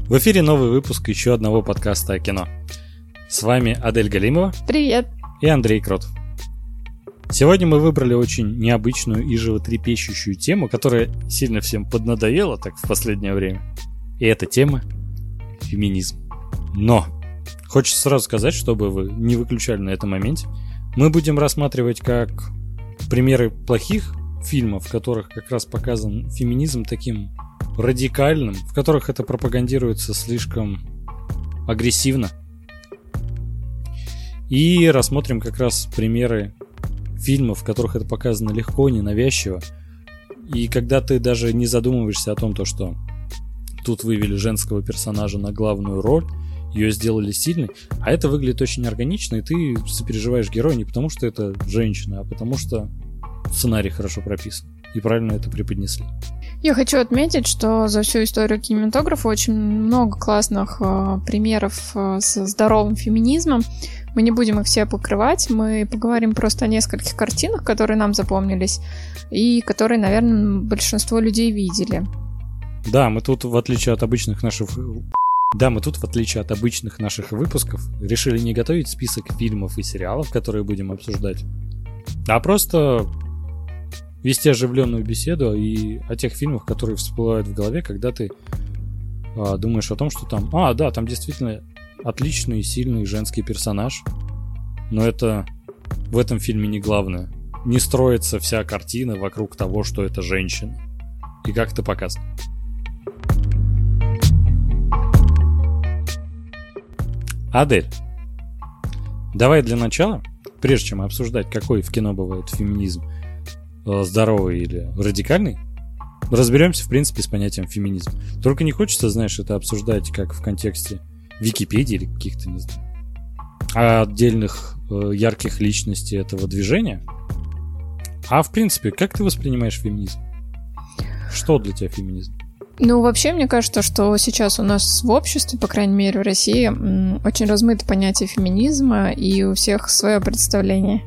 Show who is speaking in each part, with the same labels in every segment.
Speaker 1: В эфире новый выпуск еще одного подкаста о кино. С вами Адель Галимова.
Speaker 2: Привет.
Speaker 1: И Андрей Кротов. Сегодня мы выбрали очень необычную и животрепещущую тему, которая сильно всем поднадоела так в последнее время. И эта тема — феминизм. Но хочется сразу сказать, чтобы вы не выключали на этом моменте, мы будем рассматривать как примеры плохих фильмов, в которых как раз показан феминизм таким радикальным, в которых это пропагандируется слишком агрессивно. И рассмотрим как раз примеры фильмов, в которых это показано легко, ненавязчиво. И когда ты даже не задумываешься о том, что тут вывели женского персонажа на главную роль, ее сделали сильной, а это выглядит очень органично, и ты сопереживаешь героя не потому, что это женщина, а потому что сценарий хорошо прописан и правильно это преподнесли.
Speaker 2: Я хочу отметить, что за всю историю кинематографа очень много классных примеров со здоровым феминизмом. Мы не будем их все покрывать, мы поговорим просто о нескольких картинах, которые нам запомнились и которые, наверное, большинство людей видели.
Speaker 1: Да, мы тут, в отличие от обычных наших выпусков, решили не готовить список фильмов и сериалов, которые будем обсуждать, а просто вести оживленную беседу и о тех фильмах, которые всплывают в голове, когда ты думаешь о том, что там... там действительно отличный, сильный женский персонаж, но это в этом фильме не главное. Не строится вся картина вокруг того, что это женщина. И как это показано. Адель, давай для начала, прежде чем обсуждать, какой в кино бывает феминизм, здоровый или радикальный, разберемся, в принципе, с понятием феминизм. Только не хочется, знаешь, это обсуждать как в контексте Википедии или каких-то, не знаю, отдельных ярких личностей этого движения. А в принципе, как ты воспринимаешь феминизм? Что для тебя феминизм?
Speaker 2: Вообще, мне кажется, что сейчас у нас в обществе, по крайней мере в России, очень размыто понятие феминизма, и у всех свое представление.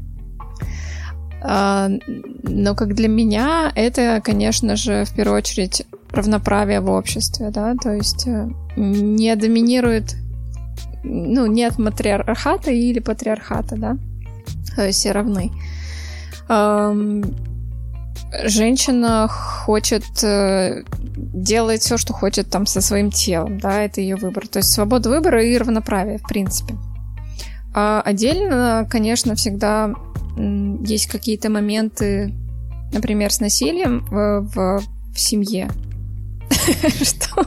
Speaker 2: Но как для меня, это, конечно же, в первую очередь равноправие в обществе, да, то есть не доминирует, нет матриархата или патриархата, да, то есть все равны. Женщина хочет делать все, что хочет там со своим телом, да, это ее выбор, то есть свобода выбора и равноправие, в принципе. А отдельно, конечно, всегда есть какие-то моменты, например, с насилием в семье. Что?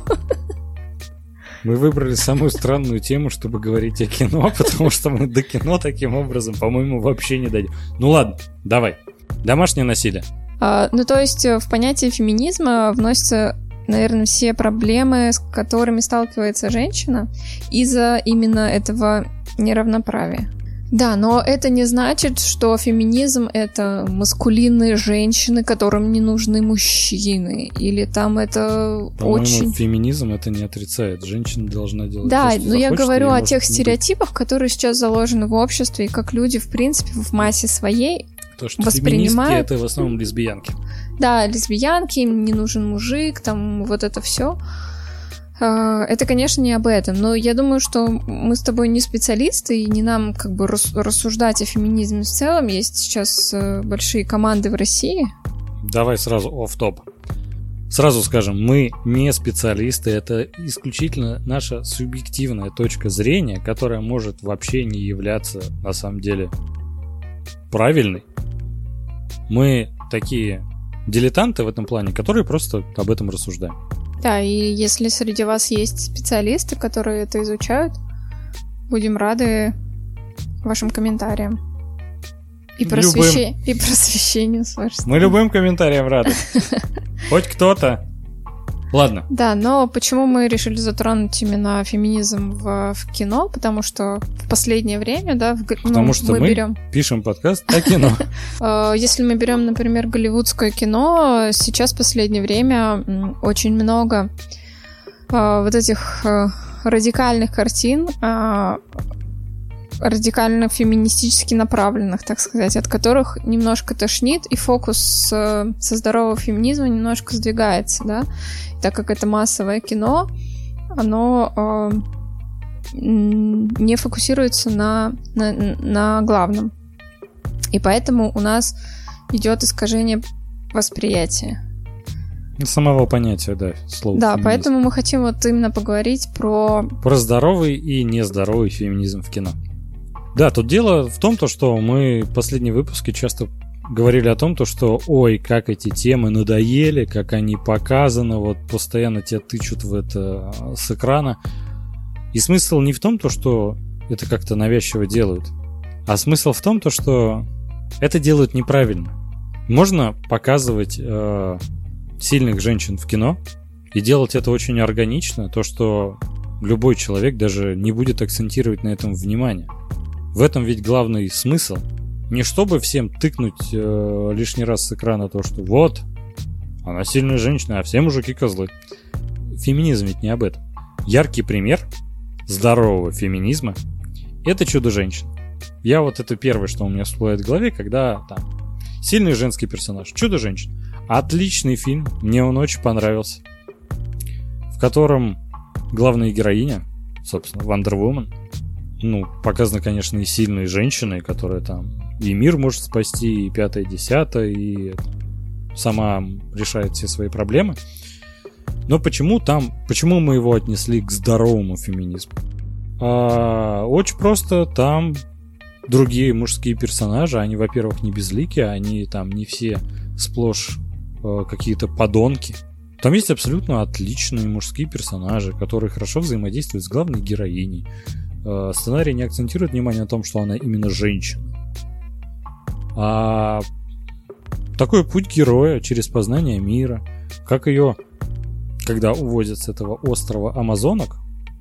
Speaker 1: Мы выбрали самую странную тему, чтобы говорить о кино, потому что мы до кино таким образом, по-моему, вообще не дойдем. Ну ладно, давай. Домашнее насилие.
Speaker 2: То есть в понятие феминизма вносятся, наверное, все проблемы, с которыми сталкивается женщина из-за именно этого неравноправия. Да, но это не значит, что феминизм — это маскулинные женщины, которым не нужны мужчины, или там это
Speaker 1: По-моему, феминизм это не отрицает. Женщина должна делать
Speaker 2: то, что
Speaker 1: захочет.
Speaker 2: Я говорю о тех стереотипах, которые сейчас заложены в обществе, и как люди, в принципе, в массе своей
Speaker 1: то, что
Speaker 2: воспринимают...
Speaker 1: феминистки — это в основном лесбиянки.
Speaker 2: Да, лесбиянки, им не нужен мужик, там вот это все. Это, конечно, не об этом, но я думаю, что мы с тобой не специалисты, и не нам как бы рассуждать о феминизме в целом. Есть сейчас большие команды в России.
Speaker 1: Давай сразу офф-топ. Сразу скажем, мы не специалисты, это исключительно наша субъективная точка зрения, которая может вообще не являться, на самом деле, правильной. Мы такие дилетанты в этом плане, которые просто об этом рассуждаем.
Speaker 2: Да, и если среди вас есть специалисты, которые это изучают, будем рады вашим комментариям. И просвещению с вашей стороны.
Speaker 1: Мы любым комментариям рады. Хоть кто-то. Ладно.
Speaker 2: Да, но почему мы решили затронуть именно феминизм в кино? Потому что в последнее время, да,
Speaker 1: потому что мы пишем подкаст о кино.
Speaker 2: Если мы берем, например, голливудское кино, сейчас в последнее время очень много вот этих радикальных картин, радикально феминистически направленных, так сказать, от которых немножко тошнит, и фокус со здорового феминизма немножко сдвигается, да, так как это массовое кино, оно не фокусируется на главном. И поэтому у нас идет искажение восприятия.
Speaker 1: Самого понятия, да, слова.
Speaker 2: Да,
Speaker 1: феминизм.
Speaker 2: поэтому мы хотим вот именно поговорить про
Speaker 1: здоровый и нездоровый феминизм в кино. Да, тут дело в том, что мы в последние выпуски часто говорили о том, что ой, как эти темы надоели, как они показаны, вот постоянно тебя тычут в это с экрана. И смысл не в том, что это как-то навязчиво делают, а смысл в том, что это делают неправильно. Можно показывать сильных женщин в кино и делать это очень органично, то, что любой человек даже не будет акцентировать на этом внимание. В этом ведь главный смысл. Не чтобы всем тыкнуть лишний раз с экрана то, что вот, она сильная женщина, а все мужики козлы. Феминизм ведь не об этом. Яркий пример здорового феминизма — это «Чудо-женщина». Это первое, что у меня всплывает в голове, когда там сильный женский персонаж. «Чудо-женщина». Отличный фильм, мне он очень понравился. В котором главная героиня, собственно, Wonder Woman, показаны, конечно, и сильные женщины, которые там и мир может спасти, и 5-10, и сама решает все свои проблемы. Но почему мы его отнесли к здоровому феминизму? Очень просто, там другие мужские персонажи, они, во-первых, не безликие, они там не все сплошь какие-то подонки. Там есть абсолютно отличные мужские персонажи, которые хорошо взаимодействуют с главной героиней. Сценарий не акцентирует внимание на том, что она именно женщина. А такой путь героя через познание мира, как ее, когда увозят с этого острова Амазонок,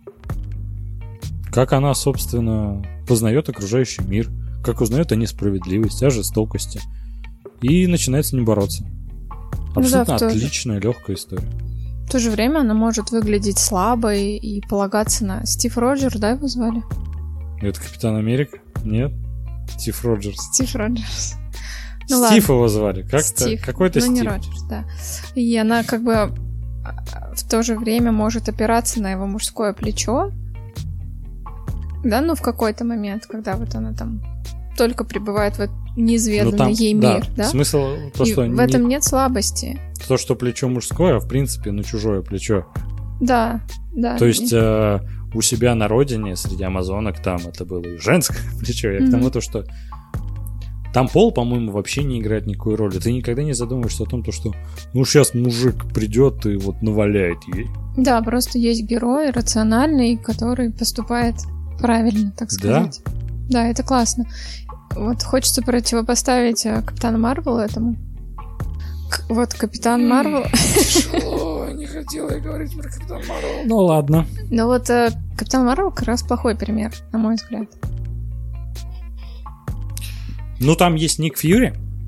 Speaker 1: как она, собственно, познает окружающий мир, как узнает о несправедливости, о жестокости и начинает с ним бороться. Абсолютно отличная, легкая история.
Speaker 2: В то же время она может выглядеть слабой и полагаться на... Стив Роджерс, да, его звали?
Speaker 1: Это Капитан Америка? Нет? Стив Роджерс.
Speaker 2: Стив Роджерс.
Speaker 1: Стив его звали. Какой-то Стив.
Speaker 2: Не Роджерс, да. И она в то же время может опираться на его мужское плечо. Да, в какой-то момент, когда она там только прибывает в неизведанный ей мир, да?
Speaker 1: Смысл то, что
Speaker 2: в этом нет слабости.
Speaker 1: То, что плечо мужское, в принципе, чужое плечо.
Speaker 2: Да.
Speaker 1: То есть у себя на родине, среди амазонок, там это было и женское плечо. Я к тому, что там пол, по-моему, вообще не играет никакой роли. Ты никогда не задумываешься о том, что сейчас мужик придет и наваляет ей.
Speaker 2: Да, просто есть герой рациональный, который поступает правильно, так сказать. Да, это классно. Хочется противопоставить Капитана Марвела этому. Капитан Марвел...
Speaker 1: Тяжело, не хотела я говорить про Капитана Марвел. Ну ладно.
Speaker 2: Капитан Марвел как раз плохой пример, на мой взгляд.
Speaker 1: Там есть Ник Фьюри.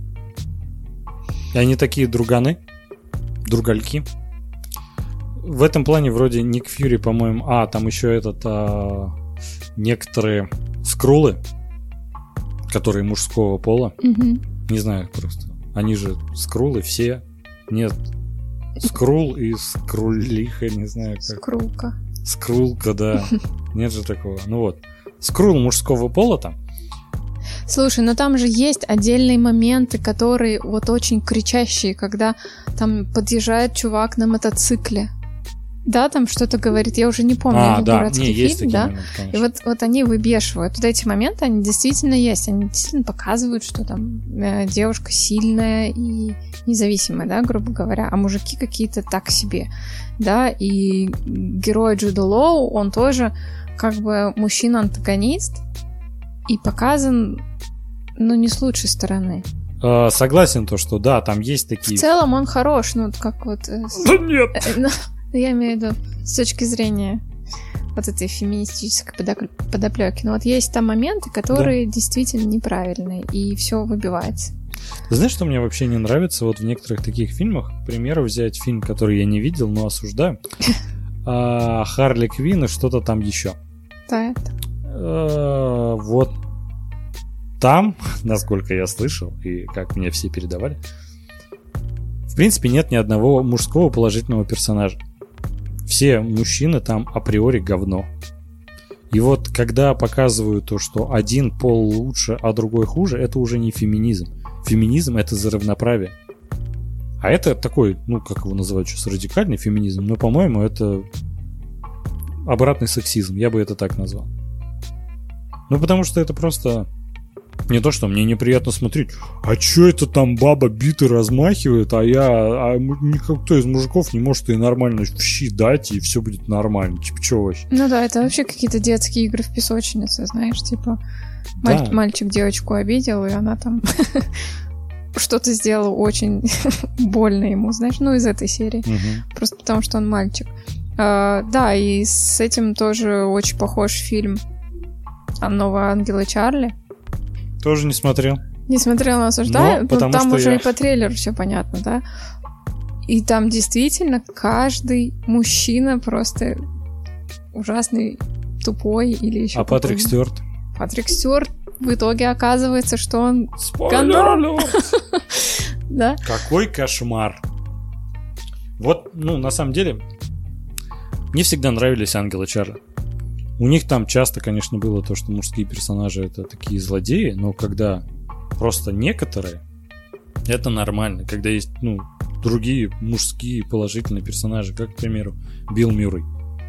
Speaker 1: И они такие другальки. В этом плане вроде Ник Фьюри, по-моему... там еще некоторые скрулы, которые мужского пола. Не знаю просто. Они же скрулы все. Нет. Скрул и скрулиха, не знаю как. Скрулка, да. Нет же такого. Скрул мужского пола там.
Speaker 2: Слушай, там же есть отдельные моменты, которые очень кричащие, когда там подъезжает чувак на мотоцикле. Да, там что-то говорит, я уже не помню.
Speaker 1: Дурацкий фильм, да?
Speaker 2: Моменты, и они выбешивают. Эти моменты, они действительно есть. Они действительно показывают, что там девушка сильная и независимая, да, грубо говоря, а мужики какие-то так себе, да, и герой Джуда Лоу, он тоже мужчина-антагонист и показан, не с лучшей стороны.
Speaker 1: Согласен, что да, там есть такие...
Speaker 2: В целом он хорош,
Speaker 1: Нет!
Speaker 2: Я имею в виду с точки зрения этой феминистической подоплеки. Но есть там моменты, которые действительно неправильные, и все выбивается.
Speaker 1: Ты знаешь, что мне вообще не нравится в некоторых таких фильмах? К примеру, взять фильм, который я не видел, но осуждаю. Харли Квинн и что-то там еще.
Speaker 2: Да,
Speaker 1: там, насколько я слышал, и как мне все передавали, в принципе, нет ни одного мужского положительного персонажа. все мужчины там априори говно. И вот когда показывают то, что один пол лучше, а другой хуже, это уже не феминизм. Феминизм — это за равноправие. А это такой, ну, как его называют сейчас, радикальный феминизм, но, по-моему, это обратный сексизм, я бы это так назвал. Ну, потому что это просто не то, что мне неприятно смотреть, а чё это там баба биты размахивает, а никто из мужиков не может ей нормально в щи дать, и все будет нормально. Типа, чё вообще?
Speaker 2: Ну да, это вообще какие-то детские игры в песочнице, знаешь, типа мальчик девочку обидел, и она там что-то сделала очень больно ему, знаешь, ну из этой серии. Просто потому, что он мальчик. Да, и с этим тоже очень похож фильм «Новые ангелы Чарли».
Speaker 1: Тоже не смотрел.
Speaker 2: Не смотрел, но осуждаю. Но там уже
Speaker 1: я...
Speaker 2: и по трейлеру все понятно, да? И там действительно каждый мужчина просто ужасный, тупой или еще
Speaker 1: какой-то. Патрик Стюарт?
Speaker 2: Патрик Стюарт в итоге оказывается, что он...
Speaker 1: Спойлер!
Speaker 2: Да?
Speaker 1: Какой кошмар! Вот, ну, на самом деле, мне всегда нравились ангелы Чарли. У них там часто, конечно, было то, что мужские персонажи — это такие злодеи, но когда просто некоторые, это нормально. Когда есть, ну, другие мужские положительные персонажи, как, к примеру, Билл Мюррей.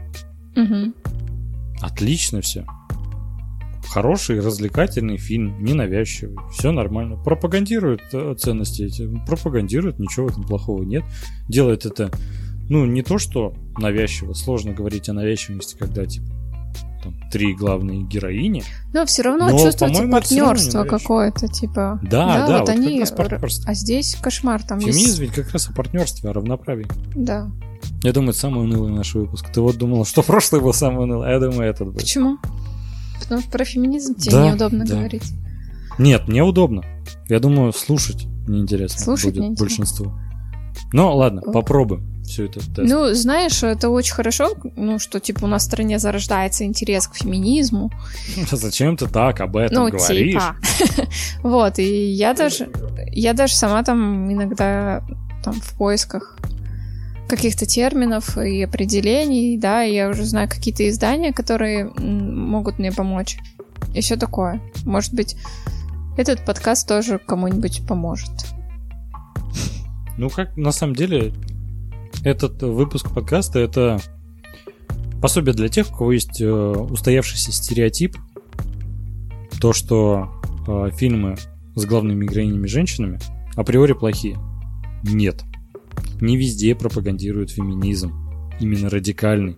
Speaker 1: Отлично все. Хороший, развлекательный фильм, ненавязчивый. Все нормально. Пропагандирует ценности эти. Пропагандирует, ничего в этом плохого нет. Делает это, ну, не то, что навязчиво. Сложно говорить о навязчивости, когда, типа, там 3 главные героини.
Speaker 2: Но все равно чувствуется партнерство какое-то, типа.
Speaker 1: Да,
Speaker 2: вот они.
Speaker 1: А
Speaker 2: здесь кошмар там.
Speaker 1: Феминизм ведь как раз о партнерстве, о равноправии.
Speaker 2: Да.
Speaker 1: Я думаю, это самый унылый наш выпуск. Ты вот думала, что прошлый был самый унылый, а я думаю, этот был.
Speaker 2: Почему? Потому что про феминизм тебе неудобно говорить.
Speaker 1: Нет, мне удобно. Я думаю, слушать неинтересно
Speaker 2: слушать
Speaker 1: будет
Speaker 2: неинтересно.
Speaker 1: Большинству. Ну, ладно, попробуем все это тест.
Speaker 2: Ну, знаешь, это очень хорошо, ну, что, типа, у нас в стране зарождается интерес к феминизму.
Speaker 1: Зачем ты так об этом говоришь?
Speaker 2: Типа. Вот, и я даже сама там иногда там в поисках каких-то терминов и определений, да, и я уже знаю какие-то издания, которые могут мне помочь. И все такое. Может быть, этот подкаст тоже кому-нибудь поможет.
Speaker 1: Ну, как на самом деле, этот выпуск подкаста — это пособие для тех, у кого есть устоявшийся стереотип, то, что фильмы с главными героинями женщинами априори плохие. Нет. Не везде пропагандируют феминизм, именно радикальный.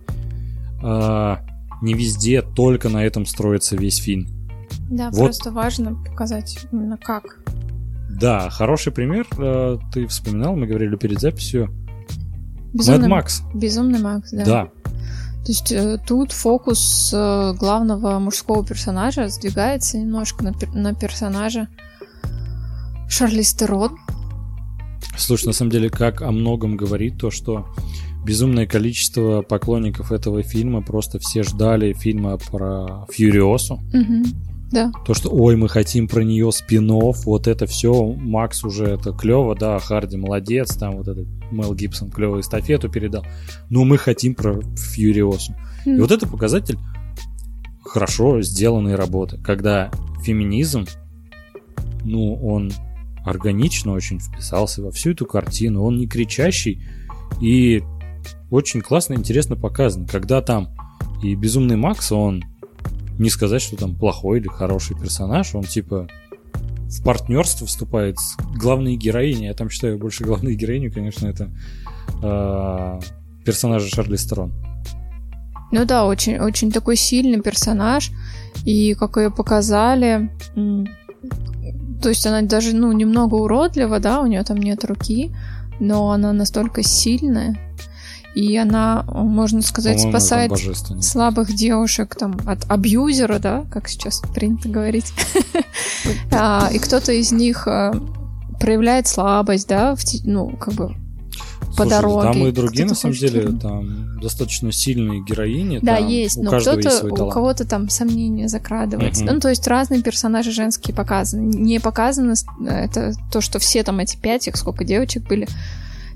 Speaker 1: Не везде только на этом строится весь фильм.
Speaker 2: Да, вот. Просто важно показать именно как.
Speaker 1: Да, хороший пример ты вспоминал, мы говорили перед записью. Мэд Макс.
Speaker 2: Безумный Макс, да.
Speaker 1: Да.
Speaker 2: То есть тут фокус главного мужского персонажа сдвигается немножко на персонажа Шарлиз Терон.
Speaker 1: Слушай, на самом деле, как о многом говорит то, что безумное количество поклонников этого фильма, просто все ждали фильма про Фьюриосу.
Speaker 2: Да.
Speaker 1: То, что, ой, мы хотим про нее спин-офф, вот это все, Макс уже это клево, да, Харди молодец, там вот этот Мел Гибсон клевую эстафету передал, но мы хотим про Фьюриосу. И вот это показатель хорошо сделанной работы, когда феминизм, ну, он органично очень вписался во всю эту картину, он не кричащий и очень классно, интересно показан, когда там и Безумный Макс, он не сказать, что там плохой или хороший персонаж, он типа в партнерство вступает с главной героиней. Я там считаю больше главной героиней, конечно, это персонажа Шарлиз Терон.
Speaker 2: Ну да, очень, очень такой сильный персонаж, и как ее показали, то есть она даже, ну, немного уродлива, да, у нее там нет руки, но она настолько сильная, и она, можно сказать,
Speaker 1: по-моему,
Speaker 2: спасает слабых девушек там от абьюзера, да, как сейчас принято говорить. И кто-то из них проявляет слабость, да, ну, как бы по дороге.
Speaker 1: Там и другие, на самом деле, там достаточно сильные героини.
Speaker 2: Да, есть, но кто-то, у кого-то там сомнения закрадывается. Ну, то есть разные персонажи женские показаны. Не показано это то, что все там эти 5, их сколько девочек были,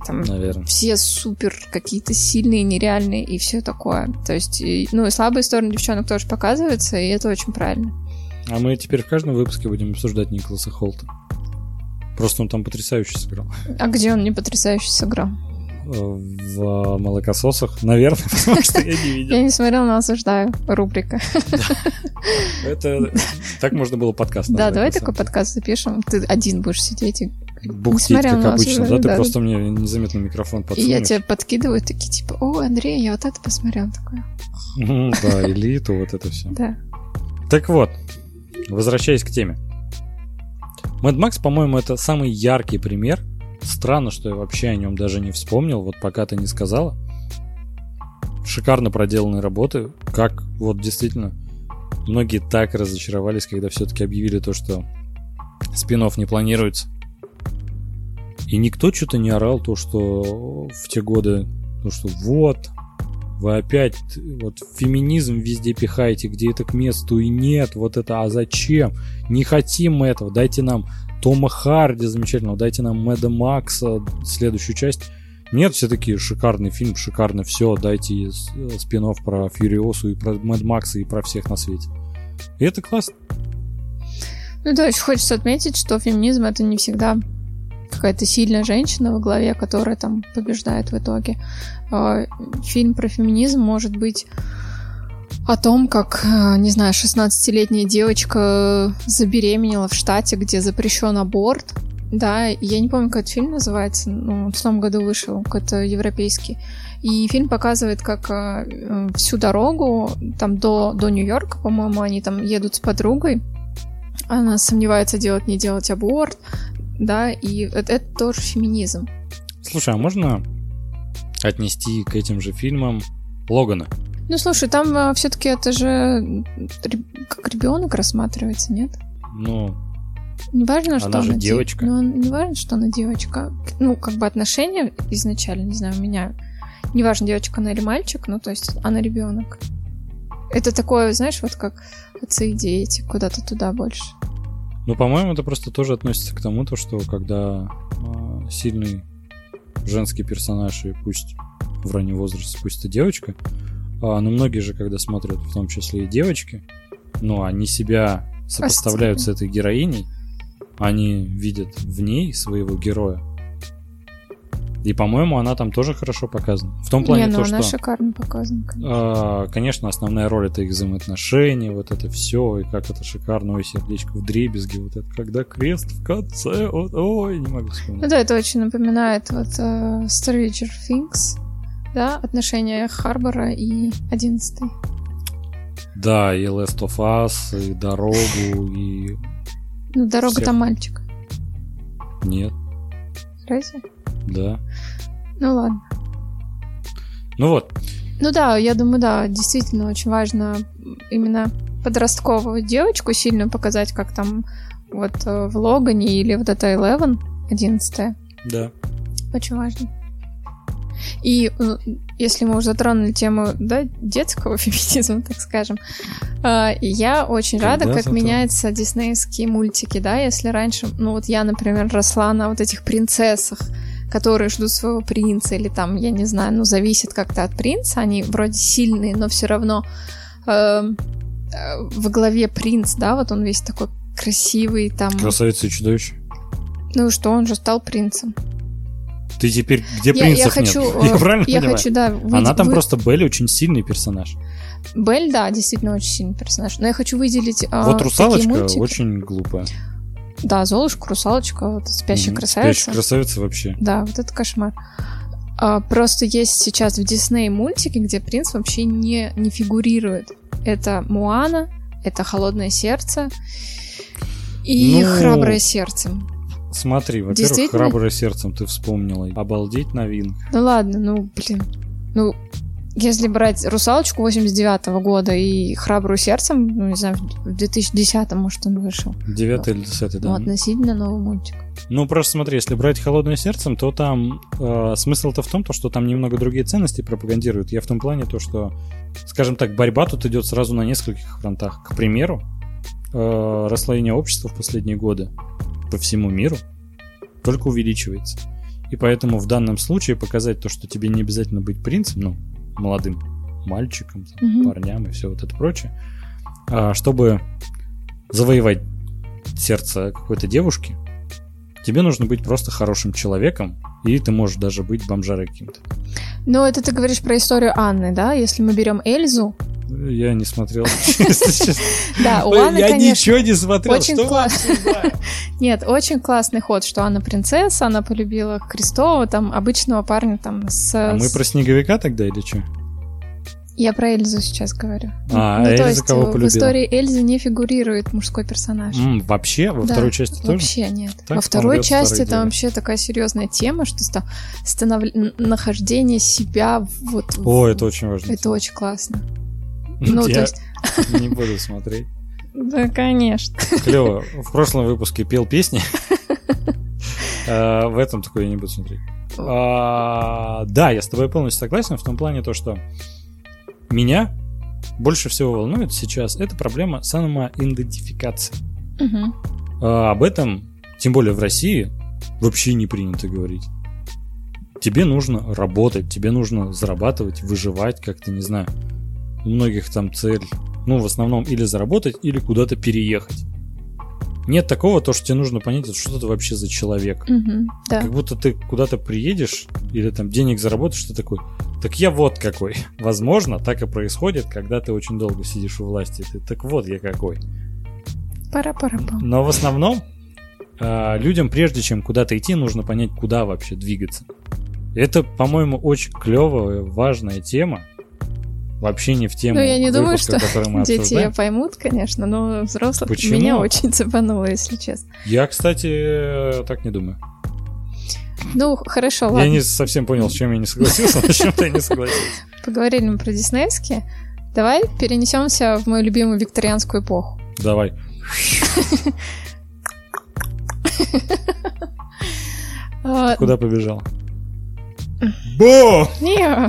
Speaker 2: там
Speaker 1: наверное.
Speaker 2: Все супер какие-то сильные, нереальные и все такое. То есть, и слабые стороны девчонок тоже показываются, и это очень правильно.
Speaker 1: А мы теперь в каждом выпуске будем обсуждать Николаса Холта. Просто он там потрясающе сыграл.
Speaker 2: А где он не потрясающе сыграл?
Speaker 1: В «Молокососах», наверное, потому что я не видел.
Speaker 2: Я не смотрела, но осуждаю. Рубрика.
Speaker 1: Это так можно было подкаст назвать.
Speaker 2: Да, давай такой подкаст запишем. Ты один будешь сидеть и
Speaker 1: бухтеть, как обычно, да? Ты просто мне незаметно микрофон подсунешь.
Speaker 2: И я тебе подкидываю такие, типа, о, Андрей, я вот это посмотрел такое.
Speaker 1: Да, «Элиту», вот это все.
Speaker 2: Да.
Speaker 1: Так вот, возвращаясь к теме. Mad Max, по-моему, это самый яркий пример. Странно, что я вообще о нем даже не вспомнил, вот пока ты не сказала. Шикарно проделанные работы. Как вот действительно многие так разочаровались, когда все-таки объявили то, что спин-офф не планируется. И никто что-то не орал, то, что в те годы, то, что вот, вы опять вот феминизм везде пихаете, где это к месту и нет, вот это, а зачем? Не хотим мы этого, дайте нам Тома Харди замечательного, дайте нам Мэда Макса, следующую часть. Нет, все такие, шикарный фильм, шикарно все, дайте спин-офф про Фьюриосу и про Мэд Макса и про всех на свете. И это классно.
Speaker 2: Ну да, еще хочется отметить, что феминизм — это не всегда какая-то сильная женщина во главе, которая там побеждает в итоге. Фильм про феминизм может быть о том, как, не знаю, 16-летняя девочка забеременела в штате, где запрещен аборт. Да, я не помню, как этот фильм называется, в том году вышел, какой-то европейский. И фильм показывает, как всю дорогу, там до Нью-Йорка, по-моему, они там едут с подругой. Она сомневается, делать, не делать аборт. Да, и это тоже феминизм.
Speaker 1: Слушай, а можно отнести к этим же фильмам Логана?
Speaker 2: Ну, слушай, там все-таки это же как ребенок рассматривается, нет?
Speaker 1: Ну,
Speaker 2: не важно, что
Speaker 1: она же девочка.
Speaker 2: Не важно, что она девочка. Ну, как бы отношения изначально, не знаю, у меня. Не важно, девочка она или мальчик, ну, то есть она ребенок. Это такое, знаешь, вот как отцы и дети, куда-то туда больше.
Speaker 1: Ну, по-моему, это просто тоже относится к тому, то, что когда сильный женский персонаж, и пусть в раннем возрасте, пусть это девочка, но многие же, когда смотрят, в том числе и девочки, ну, они себя сопоставляют с этой героиней, они видят в ней своего героя. И, по-моему, она там тоже хорошо показана. В том плане,
Speaker 2: она
Speaker 1: что...
Speaker 2: шикарно показана,
Speaker 1: конечно. Конечно, основная роль — это их взаимоотношения, вот это все, и как это шикарно, ой, сердечко вдребезги, вот это, когда крест в конце, вот, ой, не могу вспомнить.
Speaker 2: Ну да, это очень напоминает вот Stranger Things, да, отношения Харбора и 11-й.
Speaker 1: Да, и Last of Us, и Дорогу, и...
Speaker 2: Ну, Дорога
Speaker 1: всех.
Speaker 2: Там мальчик.
Speaker 1: Нет.
Speaker 2: Разве?
Speaker 1: Да.
Speaker 2: Ну ладно.
Speaker 1: Ну вот.
Speaker 2: Ну да, я думаю, да, действительно очень важно именно подростковую девочку сильно показать, как там вот в Логане или вот это 11-я.
Speaker 1: Да.
Speaker 2: Очень важно. И если мы уже затронули тему, да, детского феминизма, так скажем, я очень рада, как меняются диснеевские мультики, да, если раньше, ну вот я, например, росла на вот этих принцессах, которые ждут своего принца, или там, я не знаю, ну, зависит как-то от принца, они вроде сильные, но все равно во главе принц, да, вот он весь такой красивый, там...
Speaker 1: Красавица и чудовище.
Speaker 2: Ну что, он же стал принцем.
Speaker 1: Ты теперь, где принцев нет? Я правильно понимаю?
Speaker 2: Хочу, да,
Speaker 1: она там просто Белль очень сильный персонаж.
Speaker 2: Белль, да, действительно очень сильный персонаж. Но я хочу выделить
Speaker 1: вот русалочка очень глупая.
Speaker 2: Да, Золушка, русалочка, вот спящая красавица.
Speaker 1: Спящая красавица вообще.
Speaker 2: Да, вот это кошмар. Просто есть сейчас в Дисней мультики, где принц вообще не фигурирует. Это Моана, это Холодное сердце и Храброе сердце.
Speaker 1: Смотри, во-первых, Храброе сердцем ты вспомнила. Обалдеть новинка.
Speaker 2: Ну ладно, Ну, если брать Русалочку 89-го года и Храбрую сердцем, ну, не знаю, в 2010-м, может, он вышел.
Speaker 1: 9 или 10, да.
Speaker 2: Ну, относительно новый мультик.
Speaker 1: Ну, просто смотри, если брать Холодное сердцем, то там смысл-то в том, что там немного другие ценности пропагандируют. Я в том плане то, что, скажем так, борьба тут идет сразу на нескольких фронтах. К примеру, расслоение общества в последние годы по всему миру только увеличивается. И поэтому в данном случае показать то, что тебе не обязательно быть принцем, ну, молодым мальчиком, там, парням и все вот это прочее, чтобы завоевать сердце какой-то девушки, тебе нужно быть просто хорошим человеком, и ты можешь даже быть бомжарой каким-то.
Speaker 2: Ну, это ты говоришь про историю Анны, да? Если мы берем Эльзу...
Speaker 1: Я не смотрел, если честно.
Speaker 2: Да, у Анны, конечно...
Speaker 1: Я ничего не смотрел,
Speaker 2: что вы обсуждаете? Нет, очень классный ход, что Анна принцесса, она полюбила Крестова, там, обычного парня там с...
Speaker 1: А мы про Снеговика тогда или что?
Speaker 2: Я про Эльзу сейчас говорю.
Speaker 1: Эльза кого полюбила?
Speaker 2: В истории Эльзы не фигурирует мужской персонаж.
Speaker 1: Вообще? Во второй части тоже?
Speaker 2: Вообще нет. Во второй части там вообще такая серьезная тема, что нахождение себя вот...
Speaker 1: О, это очень важно.
Speaker 2: Это очень классно.
Speaker 1: Я не буду смотреть.
Speaker 2: Да, конечно.
Speaker 1: Клево. В прошлом выпуске пел песни. В этом такое я не буду смотреть. Да, я с тобой полностью согласен в том плане, то, что меня больше всего волнует сейчас эта проблема самоидентификации. Об этом, тем более в России, вообще не принято говорить. Тебе нужно работать, тебе нужно зарабатывать, выживать, как-то, не знаю. У многих там цель, ну, в основном или заработать, или куда-то переехать. Нет такого, то, что тебе нужно понять, что ты вообще за человек.
Speaker 2: Да.
Speaker 1: Как будто ты куда-то приедешь, или там денег заработаешь, ты такой, так я вот какой. Возможно, так и происходит, когда ты очень долго сидишь у власти. Ты так вот я какой.
Speaker 2: Пара-пара-пам.
Speaker 1: Но в основном людям, прежде чем куда-то идти, нужно понять, куда вообще двигаться. Это, по-моему, очень клевая, важная тема. Вообще не в тему
Speaker 2: я не думаю,
Speaker 1: выпуска,
Speaker 2: что
Speaker 1: который мы
Speaker 2: дети
Speaker 1: обсуждаем.
Speaker 2: ее поймут, конечно, но взрослых
Speaker 1: Почему?
Speaker 2: Меня очень цепануло, если честно.
Speaker 1: Я, кстати, так не думаю.
Speaker 2: Ну, хорошо, ладно.
Speaker 1: Я не совсем понял, с чем я не согласился, но с чем-то я не согласился.
Speaker 2: Поговорили мы про диснеевские. Давай перенесемся в мою любимую викторианскую эпоху.
Speaker 1: Давай. Куда побежал? Бо!
Speaker 2: Не.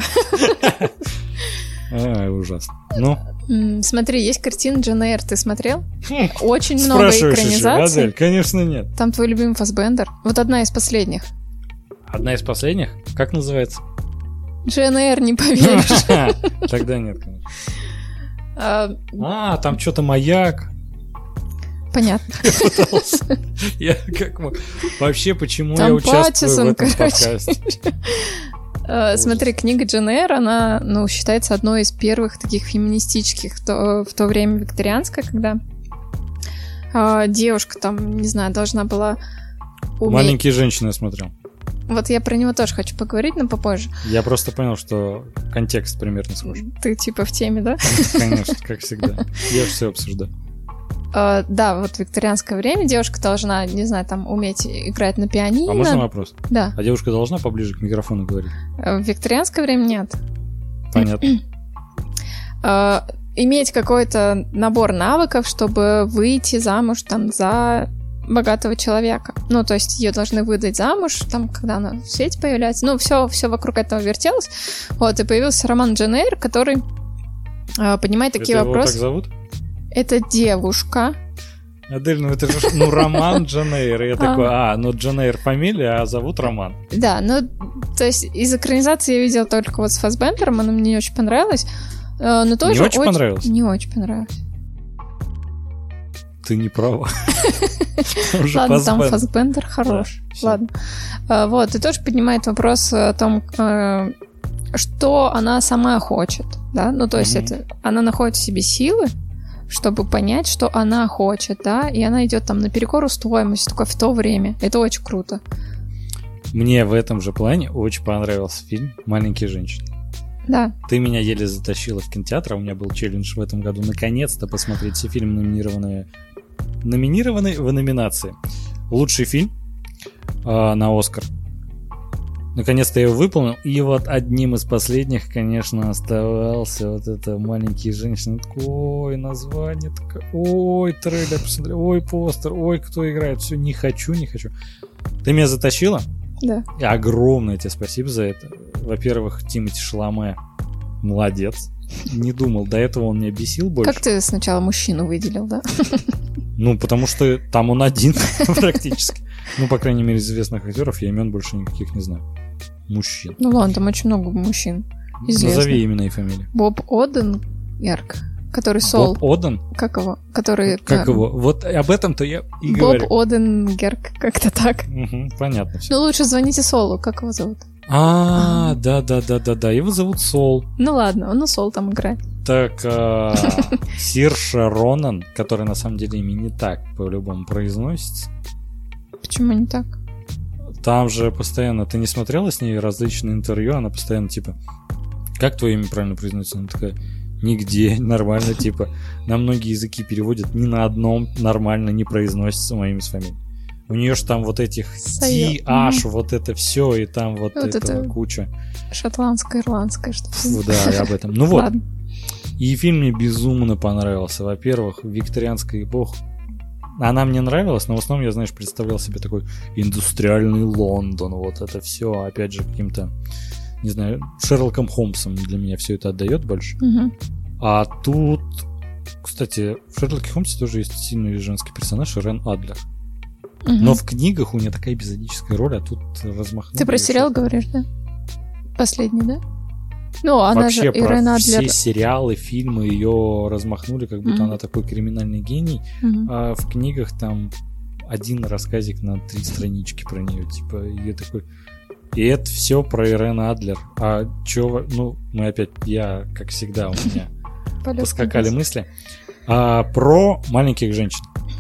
Speaker 1: Ужасно. Ну?
Speaker 2: Смотри, есть картина Джейн Эйр, ты смотрел? Очень много экранизаций.
Speaker 1: Адель? Конечно, нет.
Speaker 2: Там твой любимый Фассбендер. Вот одна из последних.
Speaker 1: Одна из последних? Как называется?
Speaker 2: Джейн Эйр, не поверишь.
Speaker 1: Тогда нет, конечно. Там что-то маяк.
Speaker 2: Понятно.
Speaker 1: Я как мог. Вообще, почему
Speaker 2: там
Speaker 1: я участвую в этом
Speaker 2: короче.
Speaker 1: подкасте?
Speaker 2: Смотри, книга Джейн Эйр, она, считается одной из первых таких феминистических в то время викторианская, когда девушка там, не знаю, должна была уметь...
Speaker 1: «Маленькие женщины» я смотрел.
Speaker 2: Вот я про него тоже хочу поговорить, но попозже.
Speaker 1: Я просто понял, что контекст примерно схож.
Speaker 2: Ты типа в теме, да?
Speaker 1: Конечно, как всегда. Я же все обсуждаю.
Speaker 2: Да, вот в викторианское время девушка должна, не знаю, там уметь играть на пианино.
Speaker 1: А можно вопрос?
Speaker 2: Да.
Speaker 1: А девушка должна поближе к микрофону говорить?
Speaker 2: В викторианское время нет.
Speaker 1: Понятно.
Speaker 2: Иметь какой-то набор навыков, чтобы выйти замуж там за богатого человека. Ну, то есть ее должны выдать замуж, там, когда она в свете появляется. Ну, все вокруг этого вертелось. Вот, и появился роман Джейн Эйр, который поднимает такие вопросы.
Speaker 1: Это его так зовут?
Speaker 2: Это девушка.
Speaker 1: Адель, это же Роман Джейн Эйр. Я такой, Джейн Эйр фамилия, а зовут Роман.
Speaker 2: Да, то есть из экранизации я видела только вот с Фассбендером, она мне не очень понравилась. Но тоже
Speaker 1: не очень понравилось?
Speaker 2: Не очень понравилось.
Speaker 1: Ты не права.
Speaker 2: Ладно, там Фассбендер хорош. Ладно. Вот, и тоже поднимает вопрос о том, что она сама хочет. Да? Ну, то есть она находит в себе силы, чтобы понять, что она хочет, да, и она идет там наперекор стоимости, только в то время. Это очень круто.
Speaker 1: Мне в этом же плане очень понравился фильм «Маленькие женщины».
Speaker 2: Да.
Speaker 1: Ты меня еле затащила в кинотеатр, а у меня был челлендж в этом году наконец-то посмотреть все фильмы, номинированные в номинации. Лучший фильм на «Оскар». Наконец-то я его выполнил. И вот одним из последних, конечно, оставался вот это «Маленькие женщины». Ой, название такое. Ой, трейлер посмотрел. Ой, постер. Ой, кто играет. Все, не хочу. Ты меня затащила?
Speaker 2: Да.
Speaker 1: И огромное тебе спасибо за это. Во-первых, Тимоти Шаламе молодец. Не думал, до этого он меня бесил больше.
Speaker 2: Как ты сначала мужчину выделил, да?
Speaker 1: Ну, потому что там он один практически. Ну, по крайней мере, из известных актеров я имен больше никаких не знаю. Мужчин.
Speaker 2: Ну ладно, там очень много мужчин известных.
Speaker 1: Назови имена и фамилии.
Speaker 2: Боб Оденгерк, который Сол.
Speaker 1: Боб Оден?
Speaker 2: Как его? Который...
Speaker 1: Как его? Вот об этом-то я и
Speaker 2: Боб
Speaker 1: говорю.
Speaker 2: Боб Оденгерк, как-то так.
Speaker 1: Понятно все.
Speaker 2: Ну, лучше звоните Солу, как его зовут?
Speaker 1: Да. Его зовут Сол.
Speaker 2: Ну ладно, он Сол там играет.
Speaker 1: Так, Сирша Ронан, который на самом деле имя не так по-любому произносится.
Speaker 2: Почему не так?
Speaker 1: Там же постоянно... Ты не смотрела с ней различные интервью? Она постоянно типа... Как твое имя правильно произносится? Она такая... Нигде, нормально, типа... На многие языки переводят, ни на одном нормально не произносится мое имя с фамилией. У нее же там вот этих T, H, вот это все, и там вот это куча.
Speaker 2: Шотландское, ирландское, что-то.
Speaker 1: Да, и об этом. Ну вот.
Speaker 2: Ладно.
Speaker 1: И фильм мне безумно понравился. Во-первых, викторианская эпоха. Она мне нравилась, но в основном я, знаешь, представлял себе такой индустриальный Лондон. Вот это все, опять же, каким-то, не знаю, Шерлоком Холмсом для меня все это отдает больше.
Speaker 2: Угу.
Speaker 1: А тут, кстати, в Шерлоке Холмсе тоже есть сильный женский персонаж Ирен Адлер.
Speaker 2: Угу.
Speaker 1: Но в книгах у нее такая эпизодическая роль, а тут размахнули.
Speaker 2: Ты про сериал говоришь, да? Последний, да? Ну, она
Speaker 1: вообще
Speaker 2: же Ирен Адлер.
Speaker 1: Все сериалы, фильмы ее размахнули, как будто она такой криминальный гений. А в книгах там один рассказик на 3 странички про нее. Типа, и такой... И это все про Ирен Адлер. А чё... Ну, мы опять... Я, как всегда, у меня поскакали мысли. Про маленьких женщин.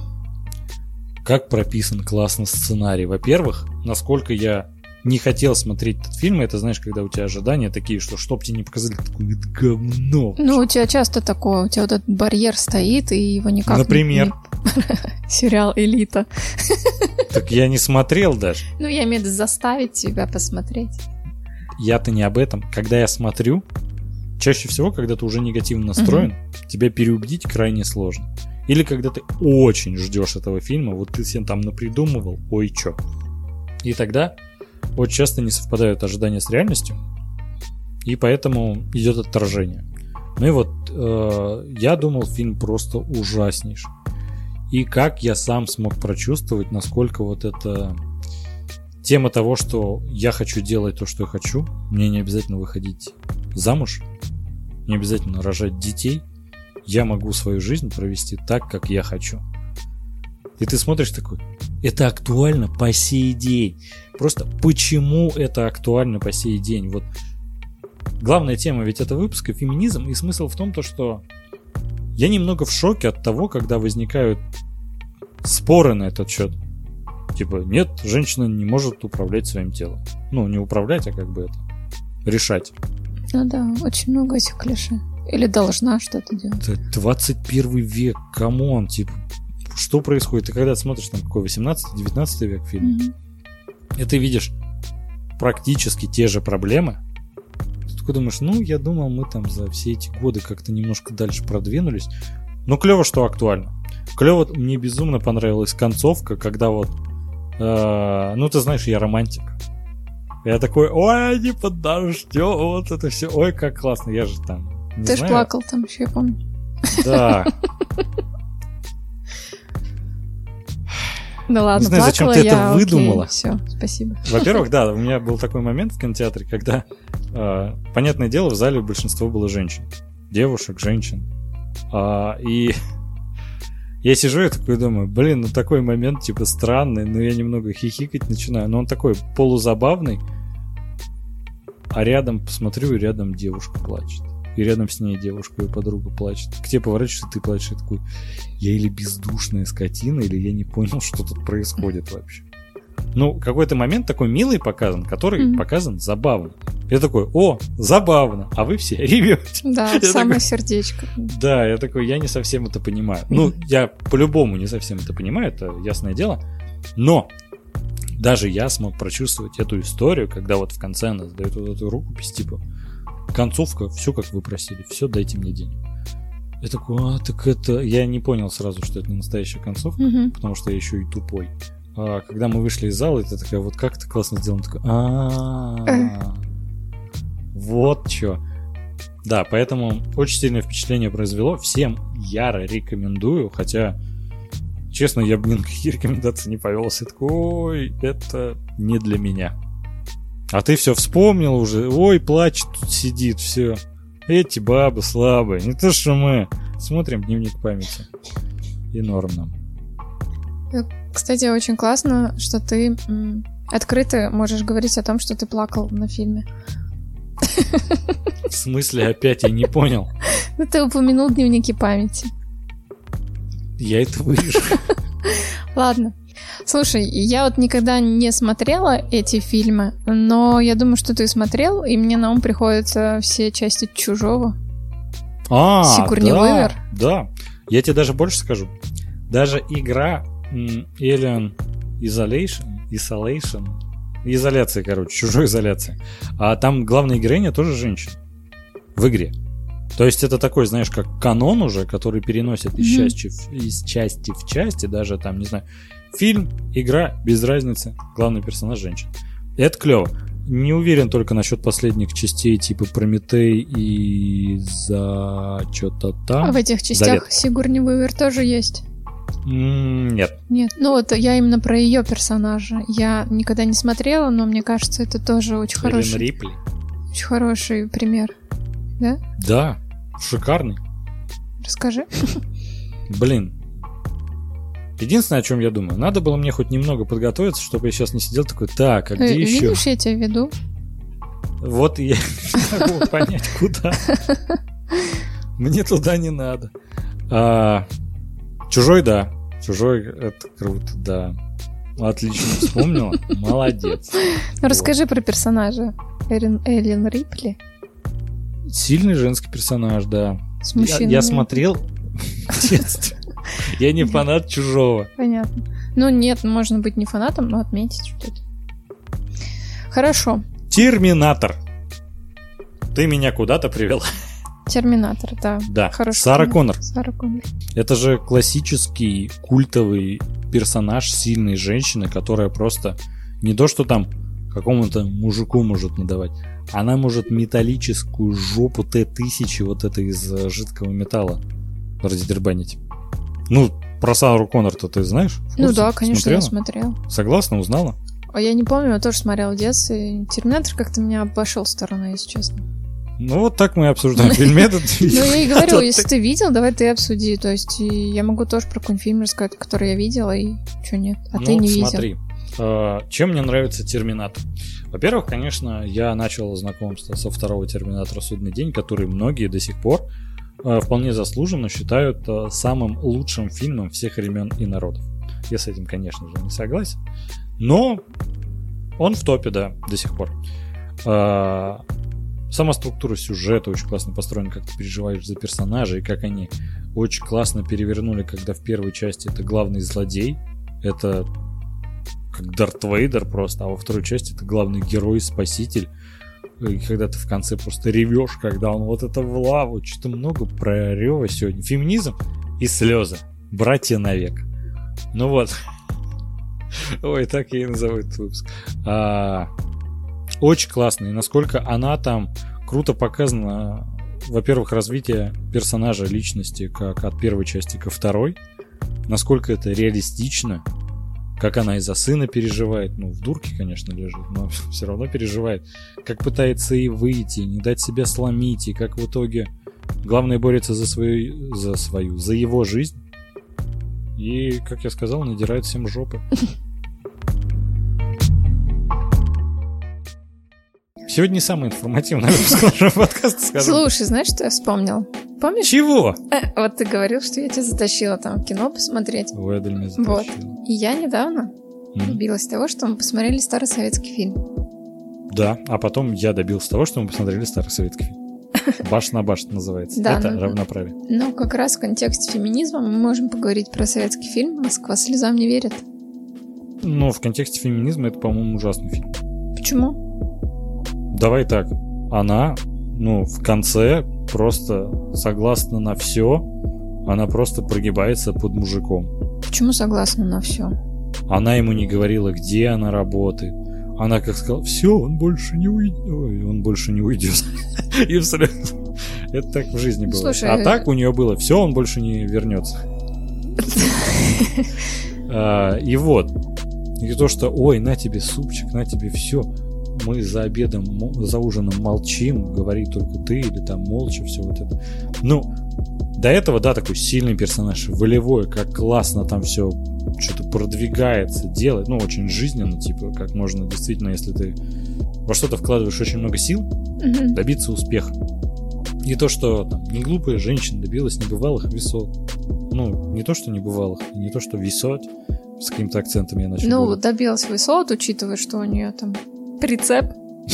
Speaker 1: Как прописан классно сценарий. Во-первых, насколько я не хотел смотреть этот фильм, это, знаешь, когда у тебя ожидания такие, что чтоб тебе не показали такое говно.
Speaker 2: Ну, у тебя часто такое, у тебя вот этот барьер стоит, и его никак
Speaker 1: Например?
Speaker 2: Сериал «Элита».
Speaker 1: Так я не смотрел даже.
Speaker 2: Ну, я имею в виду заставить тебя посмотреть.
Speaker 1: Я-то не об этом. Когда я смотрю, чаще всего, когда ты уже негативно настроен, тебя переубедить крайне сложно. Или когда ты очень ждешь этого фильма, вот ты себе там напридумывал, ой, чё. И тогда очень часто не совпадают ожидания с реальностью, и поэтому идет отторжение. Ну и вот я думал, фильм просто ужаснейший. И как я сам смог прочувствовать, насколько вот эта тема того, что я хочу делать то, что я хочу, мне не обязательно выходить замуж, не обязательно рожать детей, я могу свою жизнь провести так, как я хочу. И ты смотришь такой, это актуально по сей день. Просто почему это актуально по сей день? Вот главная тема ведь этого выпуска — феминизм, и смысл в том, что я немного в шоке от того, когда возникают споры на этот счет. Типа, нет, женщина не может управлять своим телом. Ну, не управлять, а как бы это решать.
Speaker 2: Ну да, очень много этих клише. Или должна что-то делать.
Speaker 1: Это 21 век, камон, типа, что происходит? Ты когда смотришь там какой 18-19 век фильм, и ты видишь практически те же проблемы, ты такой думаешь, ну, я думал, мы там за все эти годы как-то немножко дальше продвинулись. Но клево, что актуально. Клево, мне безумно понравилась концовка, когда вот, ну, ты знаешь, я романтик. Я такой, ой, не под дождем, вот это все, ой, как классно, я же там не
Speaker 2: Ты
Speaker 1: знаю.
Speaker 2: ж плакал там еще, я помню.
Speaker 1: Да.
Speaker 2: Ну ладно,
Speaker 1: не знаю, зачем ты это выдумала.
Speaker 2: Все, спасибо.
Speaker 1: Во-первых, да, у меня был такой момент в кинотеатре, когда, понятное дело, в зале большинство было женщин. Девушек, женщин. И я сижу и такой думаю, блин, ну такой момент, типа, странный, но я немного хихикать начинаю, но он такой полузабавный, а рядом, посмотрю, и рядом девушка плачет. И рядом с ней девушка, ее подруга плачет. К тебе поворачиваешься, ты плачешь, и такой, я или бездушная скотина, или я не понял, что тут происходит вообще. Ну, какой-то момент такой милый показан, который показан забавно. Я такой, о, забавно, а вы все ревете.
Speaker 2: Да, самое сердечко.
Speaker 1: Да, я такой, я не совсем это понимаю. Ну, я по-любому не совсем это понимаю, это ясное дело. Но даже я смог прочувствовать эту историю, когда вот в конце она сдает вот эту рукопись, типа, концовка, все как вы просили, все, дайте мне денег. Я такой, так это... Я не понял сразу, что это не настоящая концовка, потому что я еще и тупой. А когда мы вышли из зала, это такая, вот как это классно сделано, такой, вот что. Да, поэтому очень сильное впечатление произвело. Всем яро рекомендую, хотя, честно, я бы ни на какие рекомендации не повелся. Такой, ой, это не для меня. А ты все вспомнил уже. Ой, плачет тут сидит, все. Эти бабы слабые. Не то, что мы. Смотрим дневник памяти. И норм нам.
Speaker 2: Кстати, очень классно, что ты открыто можешь говорить о том, что ты плакал на фильме.
Speaker 1: В смысле опять? Я не понял.
Speaker 2: Ну, ты упомянул дневники памяти.
Speaker 1: Я это вырежу.
Speaker 2: Ладно. Слушай, я вот никогда не смотрела эти фильмы, но я думаю, что ты смотрел, и мне на ум приходят все части «Чужого». Сигурни Уивер.
Speaker 1: Да. Я тебе даже больше скажу. Даже игра Alien Isolation, изоляция, короче, чужой изоляция. А там главная героиня тоже женщина в игре. То есть это такой, знаешь, как канон уже, который переносит из части в части, даже там, не знаю, фильм, игра, без разницы, главный персонаж женщина. Это клево. Не уверен только насчет последних частей, типа Прометей и за что-то там.
Speaker 2: А в этих частях Сигурни Уивер тоже есть?
Speaker 1: Нет.
Speaker 2: Нет. Ну вот я именно про ее персонажа. Я никогда не смотрела, но мне кажется, это тоже очень хороший.
Speaker 1: Эллен Рипли.
Speaker 2: Очень хороший пример. Да?
Speaker 1: Да. Шикарный.
Speaker 2: Расскажи.
Speaker 1: Блин. Единственное, о чем я думаю, надо было мне хоть немного подготовиться, чтобы я сейчас не сидел такой, так, а где еще?
Speaker 2: Видишь, я тебя веду.
Speaker 1: Вот я не могу понять, куда. Мне туда не надо. Чужой, да. Чужой, это круто, да. Отлично вспомнила. Молодец.
Speaker 2: Ну, расскажи про персонажа. Эллен Рипли.
Speaker 1: Сильный женский персонаж, да.
Speaker 2: С мужчинами.
Speaker 1: Я смотрел в детстве. Я не фанат «Чужого».
Speaker 2: Понятно. Ну нет, можно быть не фанатом, но отметить что-то. Хорошо.
Speaker 1: «Терминатор». Ты меня куда-то привела.
Speaker 2: «Терминатор», да.
Speaker 1: Да,
Speaker 2: хорошо.
Speaker 1: Сара Коннор.
Speaker 2: Сара Коннор.
Speaker 1: Это же классический культовый персонаж сильной женщины, которая просто не то, что там какому-то мужику может надавать, она может металлическую жопу Т-1000 вот это из жидкого металла раздербанить. Ну, про Сару Коннор-то ты знаешь?
Speaker 2: Ну да, конечно, я смотрела.
Speaker 1: Согласна, узнала?
Speaker 2: А я не помню, я тоже смотрела в детстве. «Терминатор» как-то меня обошел стороной, если честно.
Speaker 1: Ну, вот так мы и обсуждаем фильм этот.
Speaker 2: Ну, я и говорю, если ты видел, давай ты обсуди. То есть я могу тоже про какой-нибудь фильм рассказать, который я видела, и что нет. А ты не видел.
Speaker 1: Смотри, чем мне нравится «Терминатор». Во-первых, конечно, я начал знакомство со второго «Терминатора. Судный день», который многие до сих пор вполне заслуженно считают самым лучшим фильмом всех времен и народов. Я с этим, конечно же, не согласен. Но он в топе, да, до сих пор. Сама структура сюжета очень классно построена, как ты переживаешь за персонажей, и как они очень классно перевернули, когда в первой части это главный злодей, это как Дарт Вейдер просто, а во второй части это главный герой, спаситель. И когда ты в конце просто ревешь, когда он вот это в лаву, что-то много про рева сегодня. Феминизм и слезы. Братья навек. Ну вот. Ой, так я и назову этот выпуск. Очень классно. И насколько она там круто показана, во-первых, развитие персонажа, личности, как от первой части ко второй. Насколько это реалистично. Как она из-за сына переживает. Ну, в дурке, конечно, лежит, но все равно переживает. Как пытается и выйти, не дать себя сломить. И как в итоге главное борется за его жизнь. И, как я сказал, надирает всем жопы. Сегодня не самый информативный выпуск нашего подкаста, скажу.
Speaker 2: Слушай, знаешь, что я вспомнил? Помнишь?
Speaker 1: Чего?
Speaker 2: Вот ты говорил, что я тебя затащила там в кино посмотреть.
Speaker 1: Ведель меня затащила.
Speaker 2: Вот. И я недавно добилась того, что мы посмотрели старый советский фильм.
Speaker 1: Да, а потом я добился того, что мы посмотрели старый советский фильм. «Баш на баш» называется.
Speaker 2: Да,
Speaker 1: это равноправие.
Speaker 2: Ну, как раз в контексте феминизма мы можем поговорить про советский фильм «Москва слезам не верит».
Speaker 1: Ну, в контексте феминизма это, по-моему, ужасный фильм.
Speaker 2: Почему?
Speaker 1: Давай так. Она, в конце просто согласна на все. Она просто прогибается под мужиком.
Speaker 2: Почему согласна на все?
Speaker 1: Она ему не говорила, где она работает. Она как сказала, все, он больше не уйдет. Ой, он больше не уйдет. И вслед. Это так в жизни было.
Speaker 2: Слушай,
Speaker 1: а так у нее было, все, он больше не вернется. И вот. И то, что, ой, на тебе супчик, на тебе все. Мы за обедом, за ужином молчим, говори только ты, или там молча, все вот это. Ну, до этого, да, такой сильный персонаж, волевой, как классно там все что-то продвигается, делает, ну, очень жизненно, типа, как можно действительно, если ты во что-то вкладываешь очень много сил, добиться успеха. И то, что там не глупая женщина добилась небывалых высот. Ну, не то, что небывалых, не то, что высот, с каким-то акцентом я начал говорить.
Speaker 2: Добилась высот, учитывая, что у нее там прицеп.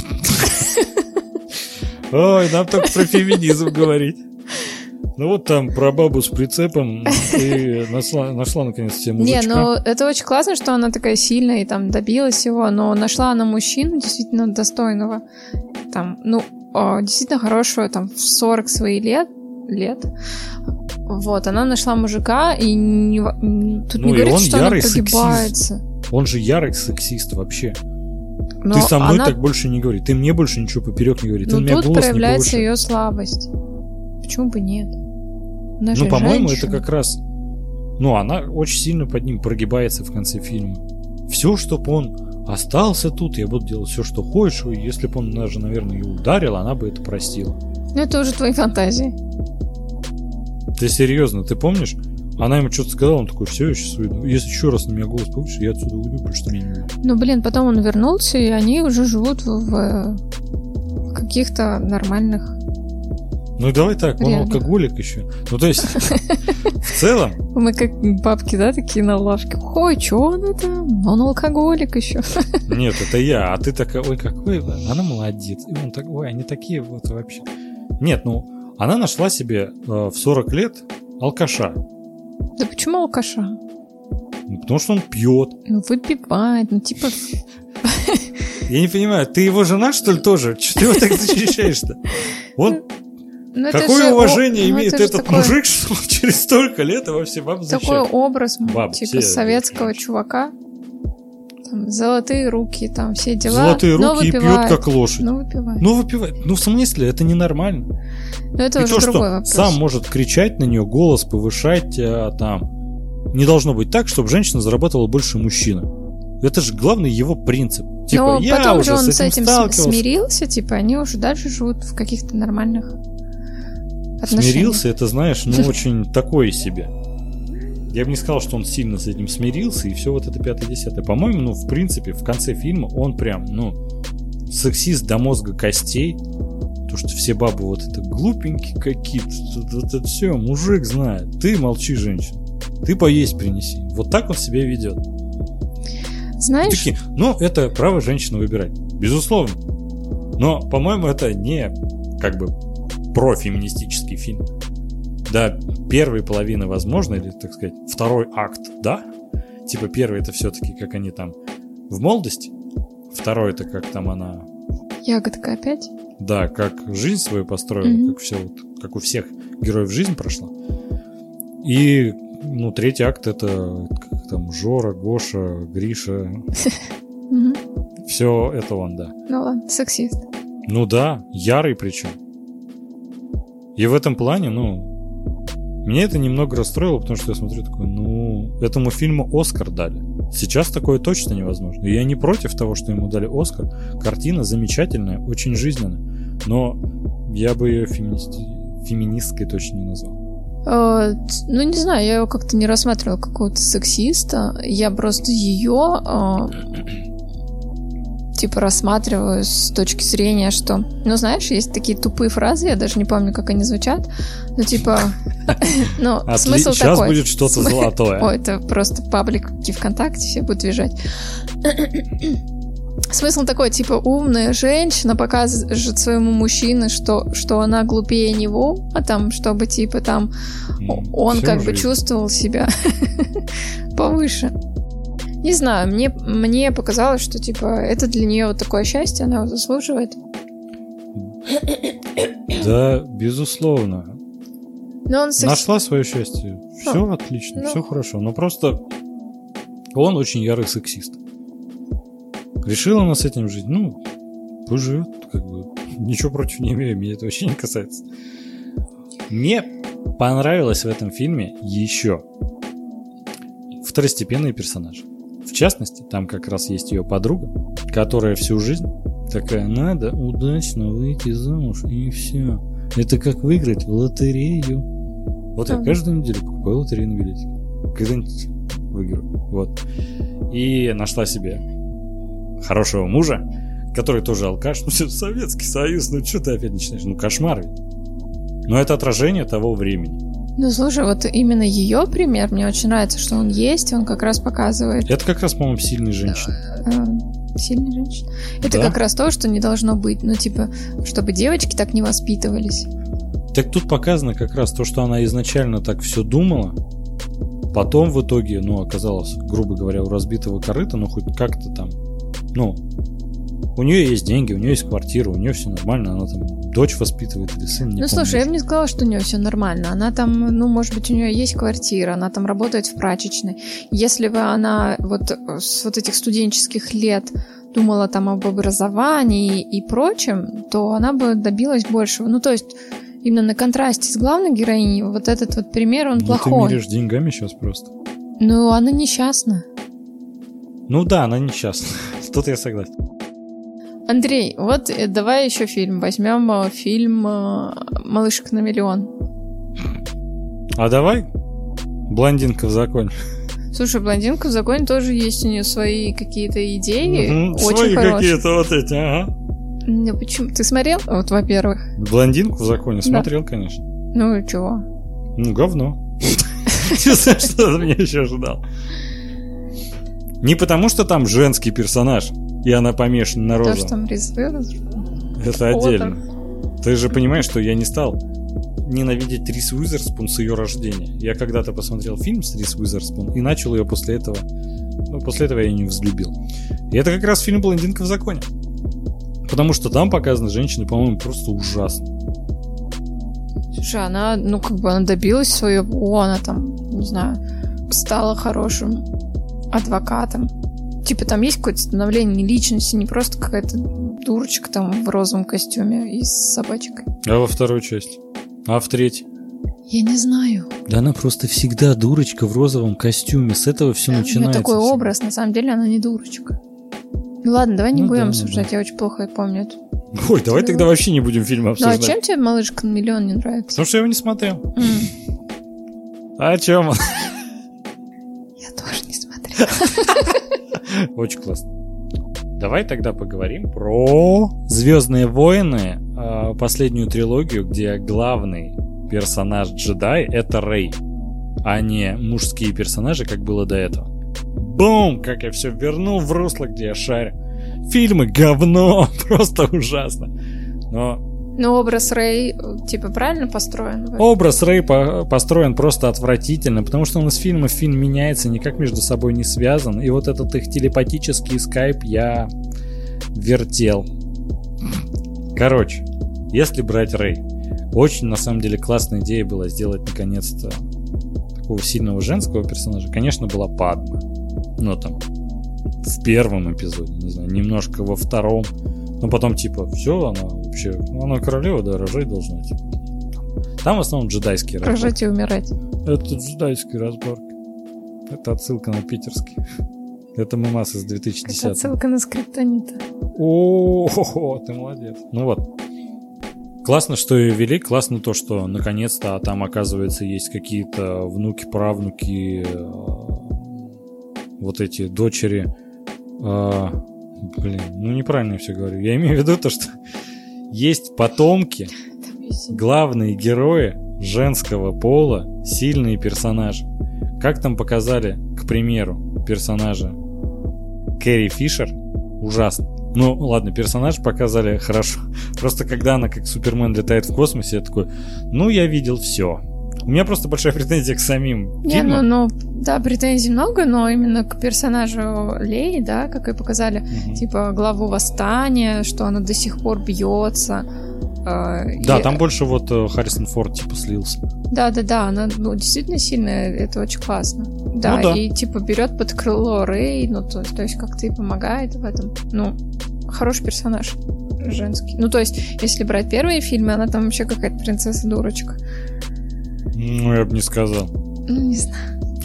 Speaker 1: Ой, нам только про феминизм говорить. Ну вот там про бабу с прицепом и нашла наконец себе мужичка.
Speaker 2: Не, ну это очень классно, что она такая сильная и там добилась его, но нашла она мужчину действительно достойного, там, ну, действительно хорошего, там, в 40 своих лет. Вот, она нашла мужика, и тут не говорит, что она прогибается.
Speaker 1: Сексист. Он же ярый сексист вообще. Но ты со мной так больше не говори. Ты мне больше ничего поперек не говори. Ты меня голос не повышай.
Speaker 2: Тут проявляется ее слабость. Почему бы нет? Она же
Speaker 1: по-моему,
Speaker 2: женщина.
Speaker 1: это как раз... Ну, она очень сильно под ним прогибается в конце фильма. Все, чтобы он остался тут, я буду делать все, что хочешь. И если бы он даже, наверное, ее ударил, она бы это простила.
Speaker 2: Ну, это уже твои фантазии.
Speaker 1: Ты серьезно, ты помнишь? Она ему что-то сказала, он такой, все, я сейчас уйду. Если еще раз на меня голос повысишь, я отсюда уйду, потому что меня не уйду.
Speaker 2: Ну, блин, потом он вернулся, и они уже живут в каких-то нормальных...
Speaker 1: Ну, давай так, он алкоголик еще. Ну, то есть, в целом...
Speaker 2: Мы как бабки, да, такие на лавке. Ой, что она там? Он алкоголик еще.
Speaker 1: Нет, это я, а ты такая, ой, какой она молодец. И он такой, ой, они такие вот вообще. Нет, ну, она нашла себе в 40 лет алкаша.
Speaker 2: Да почему алкаша?
Speaker 1: Ну, потому что он пьет.
Speaker 2: Ну, выпивает, ну, типа...
Speaker 1: Я не понимаю, ты его жена, что ли, тоже? Что ты его так защищаешь-то? Он... Какое уважение имеет этот мужик, что через столько лет его все бабы защищают?
Speaker 2: Такой образ, типа, советского чувака. Там, золотые руки, там, все дела.
Speaker 1: Золотые руки и пьет, как лошадь.
Speaker 2: Ну, выпивает.
Speaker 1: Ну, выпивает. Ну, в смысле, это ненормально.
Speaker 2: Ну, это уже другой вопрос.
Speaker 1: Сам может кричать на нее, голос повышать, там. Не должно быть так, чтобы женщина зарабатывала больше мужчины. Это же главный его принцип. Типа,
Speaker 2: но потом уже он с этим смирился, типа, они уже дальше живут в каких-то нормальных отношениях.
Speaker 1: Смирился, это, знаешь, ну, очень такое себе. Я бы не сказал, что он сильно с этим смирился, и все вот это 5-10. По-моему, ну, в принципе, в конце фильма он прям, ну, сексист до мозга костей. То, что все бабы вот это глупенькие какие-то, вот это все, мужик знает. Ты молчи, женщина. Ты поесть принеси. Вот так он себя ведет.
Speaker 2: Знаешь?
Speaker 1: Такие, ну, это право женщины выбирать. Безусловно. Но, по-моему, это не, как бы, профеминистический фильм. Да, первая половина, возможно, или, так сказать, второй акт, да? Типа, первый это все-таки, как они там в молодости. Второй это как там она...
Speaker 2: Ягодка опять?
Speaker 1: Да, как жизнь свою построила, как все, вот, как у всех героев жизнь прошла. И, ну, третий акт это как там Жора, Гоша, Гриша. Все это он, да.
Speaker 2: Ну ладно, сексист.
Speaker 1: Ну да, ярый причем. И в этом плане, ну, меня это немного расстроило, потому что я смотрю такой, ну, этому фильму Оскар дали. Сейчас такое точно невозможно. И я не против того, что ему дали Оскар. Картина замечательная, очень жизненная. Но я бы ее феминистской точно не назвал.
Speaker 2: Ну, не знаю, я его как-то не рассматривала какого-то сексиста. Я просто ее типа рассматриваю с точки зрения, что... Ну, знаешь, есть такие тупые фразы, я даже не помню, как они звучат. Ну, типа... Ну, смысл такой.
Speaker 1: Сейчас будет что-то золотое.
Speaker 2: Ой, это просто паблики ВКонтакте, все будут визжать. Смысл такой, типа, умная женщина показывает своему мужчине, что она глупее него, а там, чтобы, типа, там он как бы чувствовал себя повыше. Не знаю, мне показалось, что, типа, это для нее вот такое счастье, она его заслуживает.
Speaker 1: Да, безусловно.
Speaker 2: Но он
Speaker 1: нашла свое счастье. Все отлично, все хорошо. Но просто он очень ярый сексист. Решила она с этим жить? Ну, пусть живет, как бы. Ничего против не имею, меня это вообще не касается. Мне понравилось в этом фильме еще второстепенные персонажи. В частности, там как раз есть ее подруга, которая всю жизнь такая: надо удачно выйти замуж, и все. Это как выиграть в лотерею. Вот я каждую неделю покупаю лотерейный билетик. Когда-нибудь выиграю. Вот. И нашла себе хорошего мужа, который тоже алкаш. Ну, Советский Союз, ну что ты опять начинаешь? Ну, кошмар ведь. Но это отражение того времени.
Speaker 2: Ну, слушай, вот именно ее пример мне очень нравится, что он есть, он как раз показывает...
Speaker 1: Это как раз, по-моему, сильные женщины.
Speaker 2: Сильные женщины. Это как раз то, что не должно быть. Ну, типа, чтобы девочки так не воспитывались.
Speaker 1: Так тут показано как раз то, что она изначально так все думала, потом в итоге, ну, оказалось, грубо говоря, у разбитого корыта, ну, хоть как-то там, ну, у нее есть деньги, у нее есть квартира, у нее все нормально, она там дочь воспитывает или сын, не помню.
Speaker 2: Ну, слушай, я бы не сказала, что у нее все нормально. Она там, ну, может быть, у нее есть квартира, она там работает в прачечной. Если бы она вот с вот этих студенческих лет думала там об образовании и прочем, то она бы добилась большего. Ну, то есть, именно на контрасте с главной героиней вот этот вот пример, он плохой.
Speaker 1: Ну, ты меряешь деньгами сейчас просто.
Speaker 2: Ну, она несчастна.
Speaker 1: Ну да, она несчастна. Тут я согласен.
Speaker 2: Андрей, вот давай еще фильм. Возьмем фильм «Малышка на миллион».
Speaker 1: А давай «Блондинка в законе».
Speaker 2: Слушай, «Блондинка в законе» тоже есть у нее свои какие-то идеи. Очень
Speaker 1: свои
Speaker 2: хорошие.
Speaker 1: Какие-то вот эти, ага.
Speaker 2: Ну почему? Ты смотрел? Вот, во-первых.
Speaker 1: «Блондинку в законе» смотрел, конечно.
Speaker 2: Ну и чего?
Speaker 1: Ну, говно. Не знаю, что ты меня еще ожидал. Не потому, что там женский персонаж, и она помешана на розовом.
Speaker 2: То, что там Риз Уизерспун.
Speaker 1: Это отдельно. Ты же понимаешь, что я не стал ненавидеть Риз Уизерспун с ее рождения. Я когда-то посмотрел фильм с Риз Уизерспун и начал ее после этого. Ну, после этого я ее не взлюбил. И это как раз фильм «Блондинка в законе». Потому что там показаны женщины, по-моему, просто ужасно.
Speaker 2: Слушай, она, ну, как бы она добилась своего, она там, не знаю, стала хорошим адвокатом. Типа там есть какое-то становление личности, не просто какая-то дурочка там в розовом костюме и с собачкой.
Speaker 1: А во второй части? А в третьей?
Speaker 2: Я не знаю.
Speaker 1: Да она просто всегда дурочка в розовом костюме. С этого все начинается. У нее
Speaker 2: такой образ, на самом деле она не дурочка. Ну ладно, давай не будем обсуждать, я очень плохо помню это.
Speaker 1: Ой, давай тогда вообще не будем фильм обсуждать.
Speaker 2: Ну а чем тебе «Малышка на миллион» не нравится?
Speaker 1: Потому что я его не смотрел. А о чем он?
Speaker 2: Я тоже не смотрела.
Speaker 1: Очень классно. Давай тогда поговорим про «Звездные войны», последнюю трилогию, где главный персонаж джедай — это Рей, а не мужские персонажи, как было до этого. Бум! Как я все вернул в русло, где я шарю. Фильмы говно, просто ужасно. Но
Speaker 2: образ Рей, типа, правильно построен?
Speaker 1: Образ Рей построен просто отвратительно, потому что он из фильма в фильм меняется, никак между собой не связан. И вот этот их телепатический скайп я вертел. Короче, если брать Рей, очень, на самом деле, классная идея была сделать, наконец-то, такого сильного женского персонажа. Конечно, была Падма. Но там в первом эпизоде, не знаю, немножко во втором. Но потом, типа, все, она вообще... Она королева, да, рожать должна, типа. Там в основном джедайские разборки.
Speaker 2: Рожать и умирать.
Speaker 1: Это джедайские разборки. Это отсылка на питерский. Это мемас из 2010-го.
Speaker 2: Это отсылка на скриптонита.
Speaker 1: О, ты молодец. Ну вот. Классно, что ее ввели. Классно то, что наконец-то там, оказывается, есть какие-то внуки, правнуки, вот эти дочери. Блин, ну неправильно я все говорю. Я имею в виду то, что есть потомки, главные герои женского пола, сильные персонажи. Как там показали, к примеру, персонажа Кэрри Фишер, ужасно. Ну, ладно, персонаж показали хорошо. Просто когда она как Супермен летает в космосе, я такой, ну, я видел все. У меня просто большая претензия к самим фильмам.
Speaker 2: Да, претензий много, но именно к персонажу Леи, да, как и показали, типа, главу восстания, что она до сих пор бьется.
Speaker 1: Да, там больше вот Харрисон Форд, типа, слился.
Speaker 2: Да, она действительно сильная, это очень классно. Да, и, типа, берет под крыло Рей, ну, то есть как-то и помогает в этом. Ну, хороший персонаж женский. Ну, то есть, если брать первые фильмы, она там вообще какая-то принцесса-дурочка.
Speaker 1: Ну, я бы не сказал.
Speaker 2: Ну, не знаю.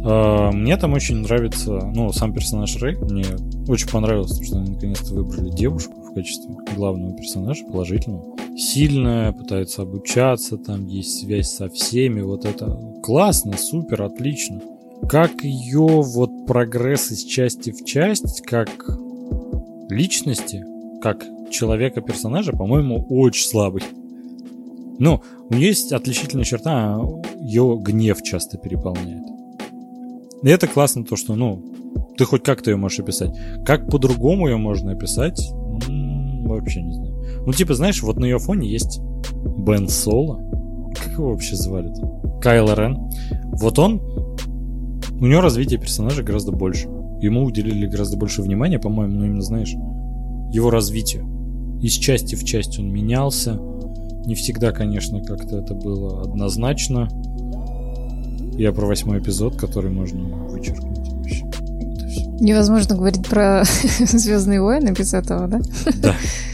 Speaker 1: Мне там очень нравится, сам персонаж Рэй. Мне очень понравилось, потому что они наконец-то выбрали девушку в качестве главного персонажа, положительного. Сильная, пытается обучаться, там есть связь со всеми. Вот это классно, супер, отлично. Как ее прогресс из части в часть, как личности, как человека-персонажа, по-моему, очень слабый. Но у нее есть отличительная черта, ее гнев часто переполняет. И это классно, то, что, ты хоть как-то ее можешь описать. Как по-другому ее можно описать, вообще не знаю. Знаешь, вот на ее фоне есть Бен Соло. Как его вообще звали-то? Кайло Рен. Вот у него развитие персонажа гораздо больше. Ему уделили гораздо больше внимания, по-моему, именно, знаешь, его развитию. Из части в часть он менялся. Не всегда, конечно, как-то это было однозначно. Я про 8-й эпизод, который можно вычеркнуть вообще. Это все.
Speaker 2: Невозможно говорить про «Звездные войны» без этого, да?
Speaker 1: Да.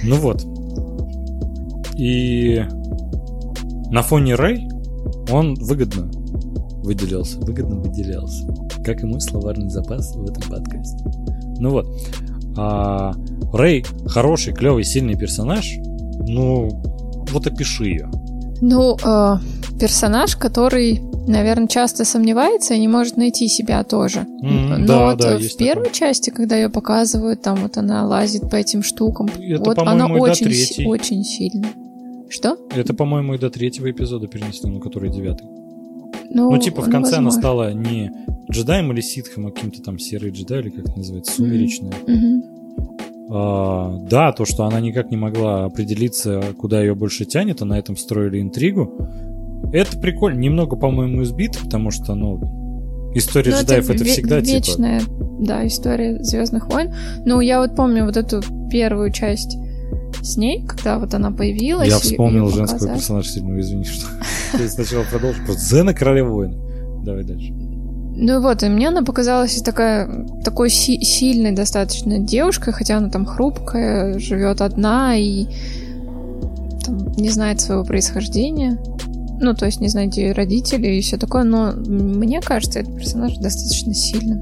Speaker 1: И на фоне Рэй он выгодно выделялся. Как и мой словарный запас в этом подкасте. Рэй хороший, клевый, сильный персонаж. Опиши ее.
Speaker 2: Персонаж, который, наверное, часто сомневается и не может найти себя тоже. Но в первой части, когда ее показывают, там она лазит по этим штукам,
Speaker 1: это,
Speaker 2: она очень, очень сильна. Что?
Speaker 1: Это, по-моему, и до 3-го эпизода перенесли, который 9-й. В конце она стала не джедаем или ситхом, а каким-то там серый джедай, или как это называется, сумеречная. Да, то, что она никак не могла определиться, куда ее больше тянет, а на этом строили интригу. Это прикольно. Немного, по-моему, избит, потому что, история джедаев это всегда
Speaker 2: вечная, история Звездных войн. Я помню эту первую часть с ней, когда она появилась.
Speaker 1: Я вспомнил женского персонажа сильно, извини, что я сначала продолжу. Просто Зена Королева войн. Давай дальше.
Speaker 2: И мне она показалась такой сильной достаточно девушкой, хотя она там хрупкая, живет одна и не знает своего происхождения. То есть не знает, где ее родители и все такое, но мне кажется, этот персонаж достаточно сильным.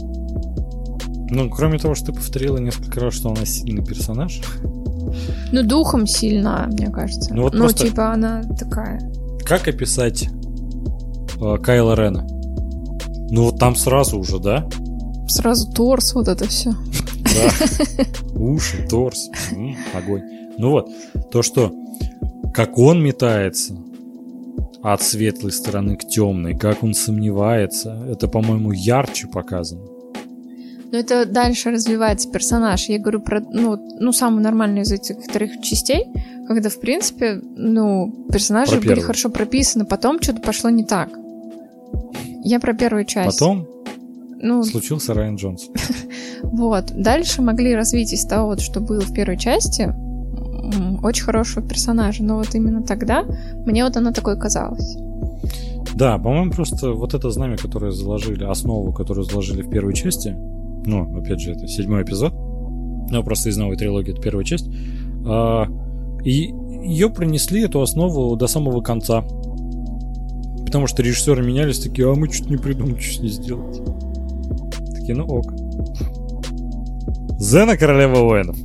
Speaker 1: Кроме того, что ты повторила несколько раз, что она сильный персонаж.
Speaker 2: Духом сильна, мне кажется. Просто... она такая.
Speaker 1: Как описать Кайло Рена? Там сразу уже, да?
Speaker 2: Сразу торс, это все.
Speaker 1: Да. Уши, торс. Огонь. То, что как он метается от светлой стороны к темной, как он сомневается, это, по-моему, ярче показано.
Speaker 2: Это дальше развивается персонаж. Я говорю про, самую нормальную из этих вторых частей, когда, в принципе, персонажи были хорошо прописаны, потом что-то пошло не так. Я про первую часть.
Speaker 1: Потом случился Райан Джонс.
Speaker 2: Дальше могли развить из того, что было в первой части, очень хорошего персонажа. Но именно тогда мне она такой казалась.
Speaker 1: Да, по-моему, просто это знамя, которое заложили, основу, которую заложили в первой части, опять же, это 7-й эпизод, просто из новой трилогии, это первая часть, и ее принесли, эту основу, до самого конца. Потому что режиссеры менялись, такие, мы что-то не придумали, что с ней сделать. Такие, ок. Зена Королева воинов.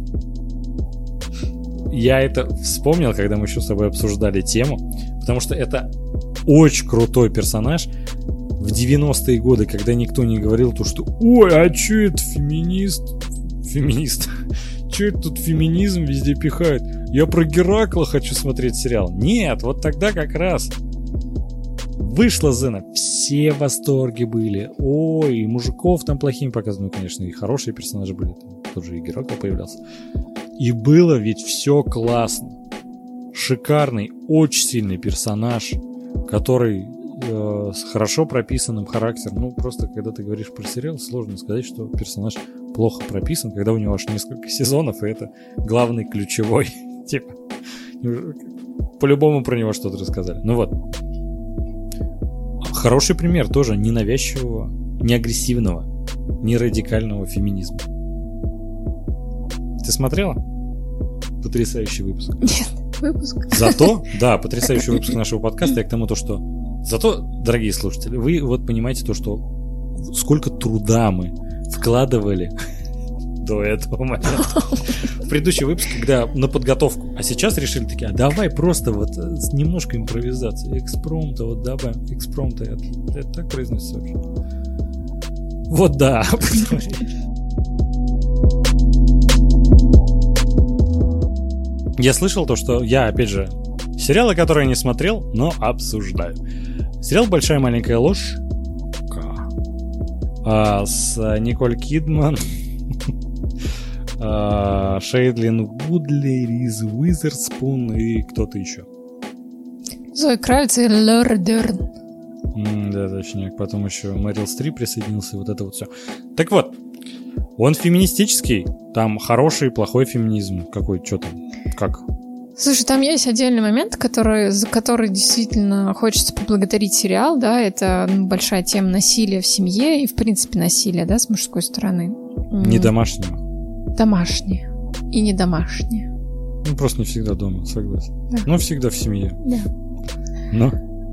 Speaker 1: Я это вспомнил, когда мы еще с тобой обсуждали тему, потому что это очень крутой персонаж. В 90-е годы, когда никто не говорил то, что ой, а чё это феминист? Чё это тут феминизм везде пихает? Я про Геракла хочу смотреть сериал. Нет, тогда как раз вышла Зена, все в восторге были. Ой, и мужиков там плохими показывали. Конечно, и хорошие персонажи были. Там тот же и Геракл появлялся. И было ведь все классно. Шикарный, очень сильный персонаж, который с хорошо прописанным характером. Просто когда ты говоришь про сериал, сложно сказать, что персонаж плохо прописан, когда у него аж несколько сезонов, и это главный ключевой. Типа, по-любому про него что-то рассказали. Хороший пример тоже ненавязчивого, не агрессивного, не радикального феминизма. Ты смотрела? Потрясающий выпуск.
Speaker 2: Нет, выпуск.
Speaker 1: Зато, да, потрясающий выпуск нашего подкаста. Я к тому, что... Зато, дорогие слушатели, вы понимаете то, что сколько труда мы вкладывали до этого момента. В предыдущий выпуск, когда на подготовку. А сейчас решили такие, а давай просто вот немножко импровизации. Экспромта, вот добавим. Экспромта, это так произносится вообще? Вот да. Я слышал то, что я, опять же, сериалы, которые не смотрел, но обсуждаю. Сериал «Большая маленькая ложь» с Николь Кидман, Шейдлин Вудли, Риз Уизерспун и кто-то еще.
Speaker 2: Зои Кравиц и Лора Дерн.
Speaker 1: Да, точнее. Потом еще Мэрил Стрип присоединился, вот это вот все. Так вот, он феминистический, там хороший и плохой феминизм. Какой, что там, как?
Speaker 2: Слушай, там есть отдельный момент, за который действительно хочется поблагодарить сериал, да, это большая тема насилия в семье и, в принципе, насилия, да, с мужской стороны.
Speaker 1: Не домашнего.
Speaker 2: Домашнее. И не домашнее.
Speaker 1: Ну, просто не всегда дома, согласен. Да. Но всегда в семье.
Speaker 2: Да.
Speaker 1: Но?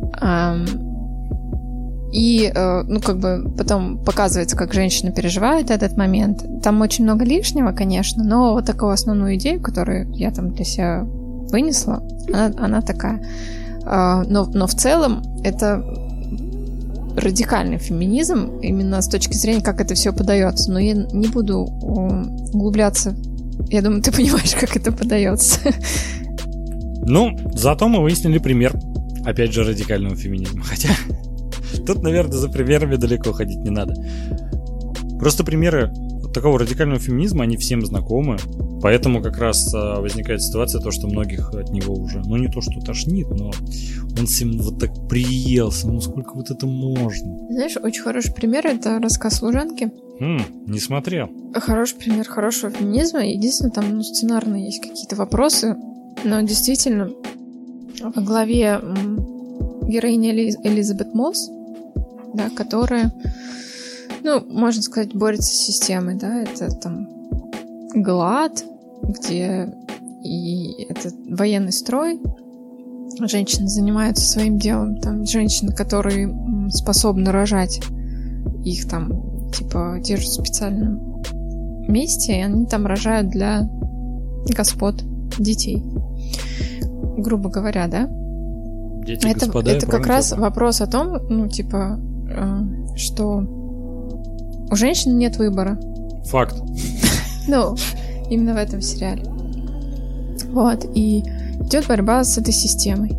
Speaker 2: И, ну, как бы потом показывается, как женщина переживает этот момент. Там очень много лишнего, конечно, но вот такую основную идею, которую я там для себя вынесла, она такая. Но в целом это радикальный феминизм именно с точки зрения, как это все подается. Но я не буду углубляться. Я думаю, ты понимаешь, как это подается.
Speaker 1: Ну, зато мы выяснили пример, опять же, радикального феминизма. Хотя тут, наверное, за примерами далеко ходить не надо. Просто примеры такого радикального феминизма, они всем знакомы. Поэтому как раз возникает ситуация, то, что многих от него уже, ну не то, что тошнит, но он всем вот так приелся. Ну сколько вот это можно?
Speaker 2: Знаешь, очень хороший пример — это рассказ «Служанки».
Speaker 1: Не смотрел.
Speaker 2: Хороший пример хорошего феминизма. Единственное, там сценарно есть какие-то вопросы, но действительно во главе героиня Элизабет Мосс, да, которая, ну, можно сказать, борется с системой, да, это там ГЛААД, где и это военный строй, женщины занимаются своим делом, там женщины, которые способны рожать, их там типа держат в специальном месте, и они там рожают для господ детей, грубо говоря, да.
Speaker 1: Дети,
Speaker 2: это
Speaker 1: господа,
Speaker 2: это как раз вопрос о том, ну типа, что у женщин нет выбора.
Speaker 1: Факт.
Speaker 2: Ну, именно в этом сериале. Вот, и идет борьба с этой системой.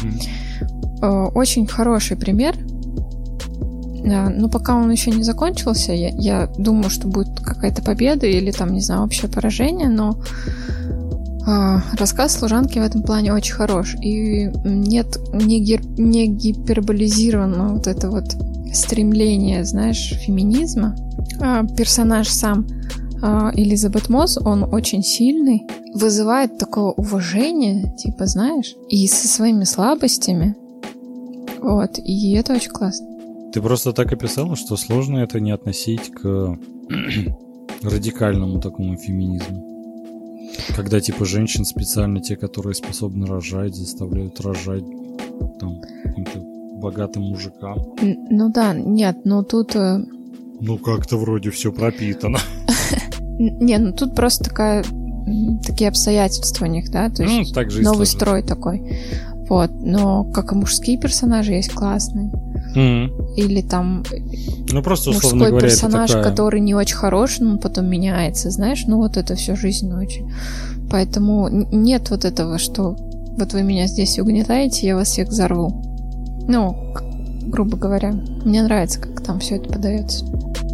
Speaker 2: Очень хороший пример. Но пока он еще не закончился, я думаю, что будет какая-то победа или там, не знаю, общее поражение, но рассказ «Служанки» в этом плане очень хорош. И нет не гиперболизировано вот это вот стремление, знаешь, феминизма. Персонаж сам Элизабет Мосс, он очень сильный, вызывает такое уважение, типа, знаешь, и со своими слабостями. Вот, и это очень классно.
Speaker 1: Ты просто так описала, что сложно это не относить к радикальному такому феминизму. Когда, типа, женщин специально те, которые способны рожать, заставляют рожать там каким-то богатым мужикам.
Speaker 2: Ну да, нет, но тут...
Speaker 1: Ну как-то вроде все пропитано.
Speaker 2: Не, ну тут просто такие обстоятельства у них, да, то есть новый строй такой. Вот, но как и мужские персонажи есть классные. Или там
Speaker 1: просто,
Speaker 2: мужской
Speaker 1: говоря,
Speaker 2: персонаж, который не очень хороший, но потом меняется, знаешь, ну вот это всю жизнь очень. Поэтому нет вот этого, что вот вы меня здесь угнетаете, я вас всех взорву. Ну, грубо говоря, мне нравится, как там все это подается.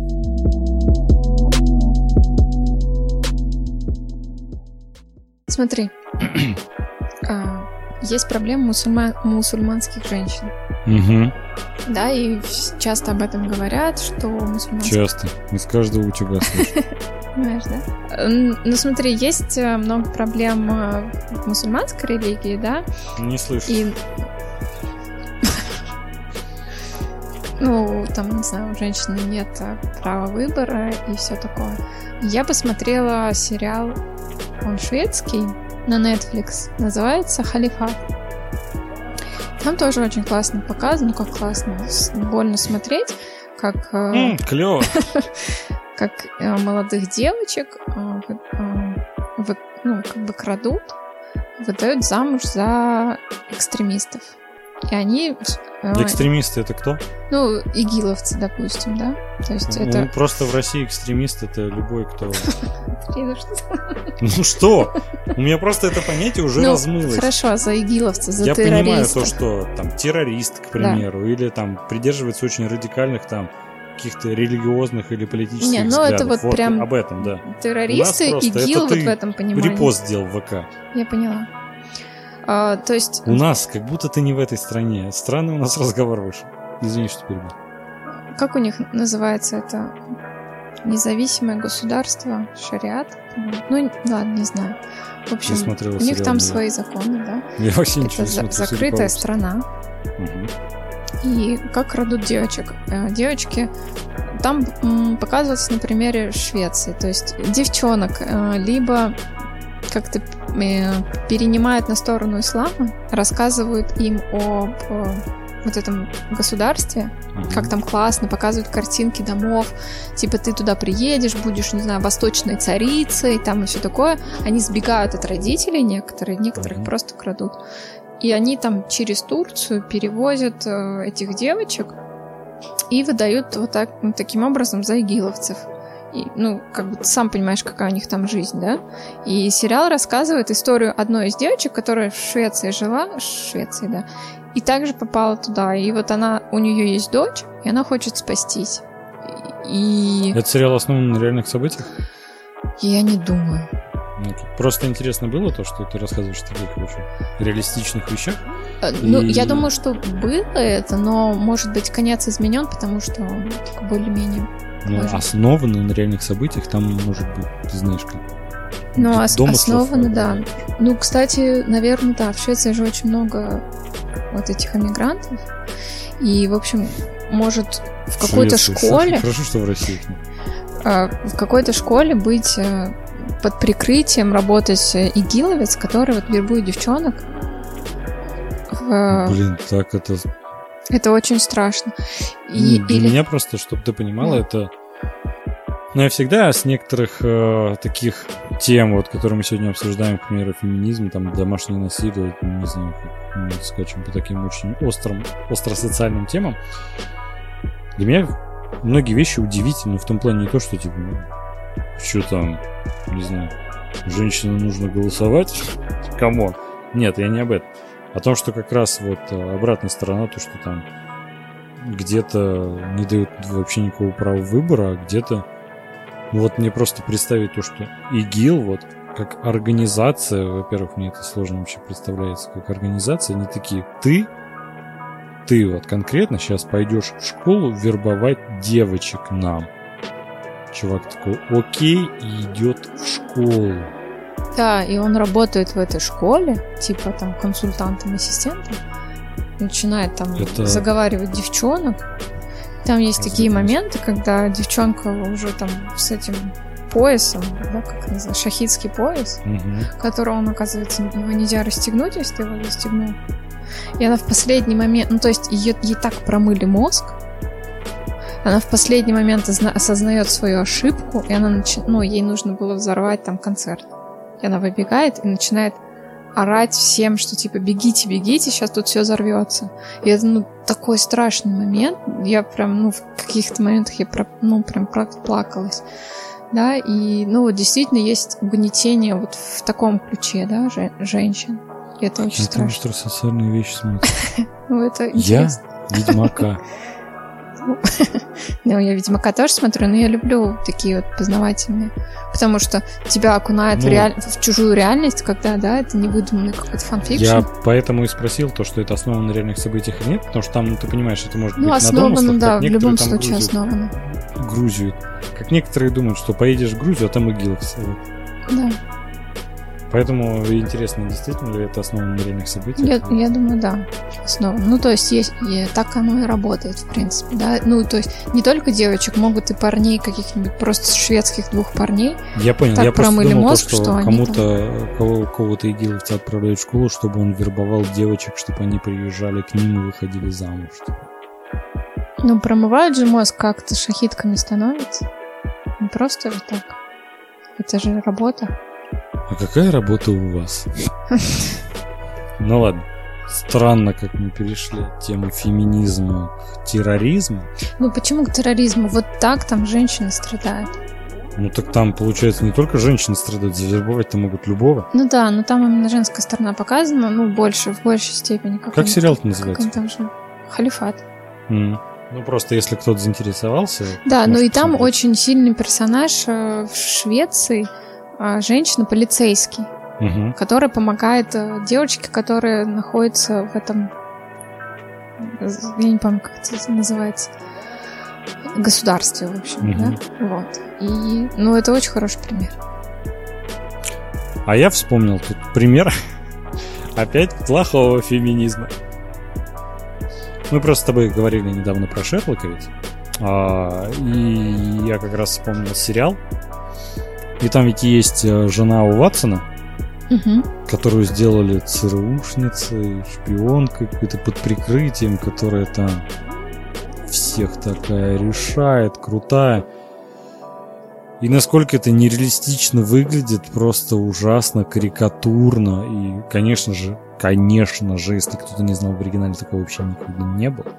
Speaker 2: Смотри, есть проблема мусульманских женщин. Да, и часто об этом говорят, что мусульманские...
Speaker 1: Часто, из каждого утюга слышу.
Speaker 2: Понимаешь, да? Ну смотри, есть много проблем в мусульманской религии, да?
Speaker 1: Не слышу.
Speaker 2: И... Ну, там, не знаю, у женщины нет права выбора и все такое. Я посмотрела сериал, он шведский, на Netflix, называется «Халифат». Там тоже очень классно показано, ну как классно, больно смотреть, как...
Speaker 1: Клево.
Speaker 2: Как молодых девочек крадут, выдают замуж за экстремистов. И они...
Speaker 1: Экстремисты это кто?
Speaker 2: Ну, игиловцы, допустим, да? То есть это...
Speaker 1: Просто в России экстремист это любой, кто...
Speaker 2: Ну
Speaker 1: что? У меня просто это понятие уже размылось.
Speaker 2: Хорошо, за игиловцев, за террористов.
Speaker 1: Я понимаю то, что там террорист, к примеру, или там придерживается очень радикальных там каких-то религиозных или политических взглядов.
Speaker 2: Это вот прям
Speaker 1: об этом, да.
Speaker 2: Террористы, ИГИЛ вот в этом понимании.
Speaker 1: Репост сделал в ВК.
Speaker 2: Я поняла. То есть...
Speaker 1: У нас, как будто ты не в этой стране. Странный у нас разговор вышел. Извини, что перебил.
Speaker 2: Как у них называется это? Независимое государство, шариат? Ну, ладно, не знаю. В общем, у них там свои законы, да?
Speaker 1: Я вообще ничего
Speaker 2: не
Speaker 1: смотрю.
Speaker 2: Это закрытая страна. И как крадут девочек? Девочки... Там показывается на примере Швеции. То есть девчонок либо как-то перенимают на сторону ислама, рассказывают им об вот этом государстве, как там классно, показывают картинки домов, типа ты туда приедешь, будешь, не знаю, восточной царицей, там и все такое. Они сбегают от родителей, некоторых просто крадут. И они там через Турцию перевозят этих девочек и выдают вот таким образом за игиловцев. И, ну, как бы ты сам понимаешь, какая у них там жизнь, да? И сериал рассказывает историю одной из девочек, которая в Швеции жила, да, и также попала туда. И вот у нее есть дочь, и она хочет спастись. И...
Speaker 1: Это сериал основан на реальных событиях?
Speaker 2: Я не думаю.
Speaker 1: Ну, просто интересно было то, что ты рассказываешь о таких очень реалистичных вещах.
Speaker 2: Ну, я думаю, что было это, но, может быть, конец изменен, потому что более-менее...
Speaker 1: Ну, основано на реальных событиях, там, может быть, ты знаешь, как...
Speaker 2: Ну, основано, да. Ну, кстати, наверное, да, в Швеции же очень много вот этих эмигрантов. И, в общем, может, в какой-то школе...
Speaker 1: Хорошо, что в России.
Speaker 2: В какой-то школе быть под прикрытием работать игиловец, который вот вербует девчонок.
Speaker 1: Блин, так это...
Speaker 2: Это очень страшно.
Speaker 1: Для меня просто, чтобы ты понимала, это... Ну, я всегда с некоторых таких тем, вот, которые мы сегодня обсуждаем, к примеру, феминизм, там, домашнее насилие, не знаю, как мы скачем по таким очень остросоциальным темам, для меня многие вещи удивительны в том плане не то, что, типа, что там, не знаю, женщинам нужно голосовать? Камон. Нет, я не об этом. О том, что как раз вот обратная сторона, то, что там где-то не дают вообще никакого права выбора, а где-то... Ну вот мне просто представить то, что ИГИЛ, вот, как организация, во-первых, мне это сложно вообще представляется, как организация, они такие, ты вот конкретно сейчас пойдешь в школу вербовать девочек нам. Чувак такой, окей, и идет в школу.
Speaker 2: Да, и он работает в этой школе, типа там консультантом, ассистентом, начинает там заговаривать девчонок. Там есть такие моменты, когда девчонка уже там с этим поясом, да, как называется, шахидский пояс, который он, оказывается, его нельзя расстегнуть, если ты его застегнул. И она в последний момент, ну то есть ей так промыли мозг, она в последний момент осознает свою ошибку, и она ей нужно было взорвать там концерт. И она выбегает и начинает орать всем, что типа бегите, сейчас тут все взорвется. И это, такой страшный момент. Я прям, в каких-то моментах я прям плакалась. Да, и, действительно есть угнетение вот в таком ключе, да, женщин. И это очень страшно.
Speaker 1: Это социальные вещи смотрят.
Speaker 2: Это интересно.
Speaker 1: Я Ведьмака.
Speaker 2: Я Ведьмака тоже смотрю, но я люблю такие вот познавательные. Потому что тебя окунают в чужую реальность, когда, да, это не выдуманный какой-то фанфикшн.
Speaker 1: Я поэтому и спросил то, что это основано на реальных событиях или нет, потому что там, ты понимаешь, это может быть
Speaker 2: основано,
Speaker 1: на домыслах,
Speaker 2: да, в любом случае основано.
Speaker 1: Грузию. Как некоторые думают, что поедешь в Грузию, а там игиловцы.
Speaker 2: Да.
Speaker 1: Поэтому интересно, действительно ли это основано на реальных событиях?
Speaker 2: Я думаю, да, основано. То есть так оно и работает, в принципе, да. То есть не только девочек, могут и парней каких-нибудь, просто шведских двух парней.
Speaker 1: Я понял,
Speaker 2: так
Speaker 1: я просто думал,
Speaker 2: мозг, что
Speaker 1: кого-то игиловца отправляют в школу, чтобы он вербовал девочек, чтобы они приезжали к ним и выходили замуж.
Speaker 2: Ну, промывают же мозг как-то, шахидками становится. Не просто же так. Это же работа.
Speaker 1: А какая работа у вас? Ну ладно. Странно, как мы перешли от темы феминизма к терроризму.
Speaker 2: Ну почему к терроризму? Вот так там женщины страдают.
Speaker 1: Ну так там, получается, не только женщины страдают, завербовать-то могут любого.
Speaker 2: Ну да, но там именно женская сторона показана, ну, в большей степени.
Speaker 1: Как сериал-то называется?
Speaker 2: Там же «Халифат».
Speaker 1: Ну, просто если кто-то заинтересовался...
Speaker 2: Да, ну и там очень сильный персонаж в Швеции, женщина-полицейский, которая помогает девочке, которая находится в этом... Я не помню, как это называется... государстве, в общем, да? Вот. И, ну, это очень хороший пример.
Speaker 1: А я вспомнил тут пример опять плохого феминизма. Мы просто с тобой говорили недавно про Шерлока ведь. И я как раз вспомнил сериал. И там ведь есть жена у Ватсона, которую сделали ЦРУшницей, шпионкой, какой-то под прикрытием, которая там всех такая решает, крутая. И насколько это нереалистично выглядит, просто ужасно, карикатурно. И, конечно же, если кто-то не знал, в оригинале такого вообще никогда не было.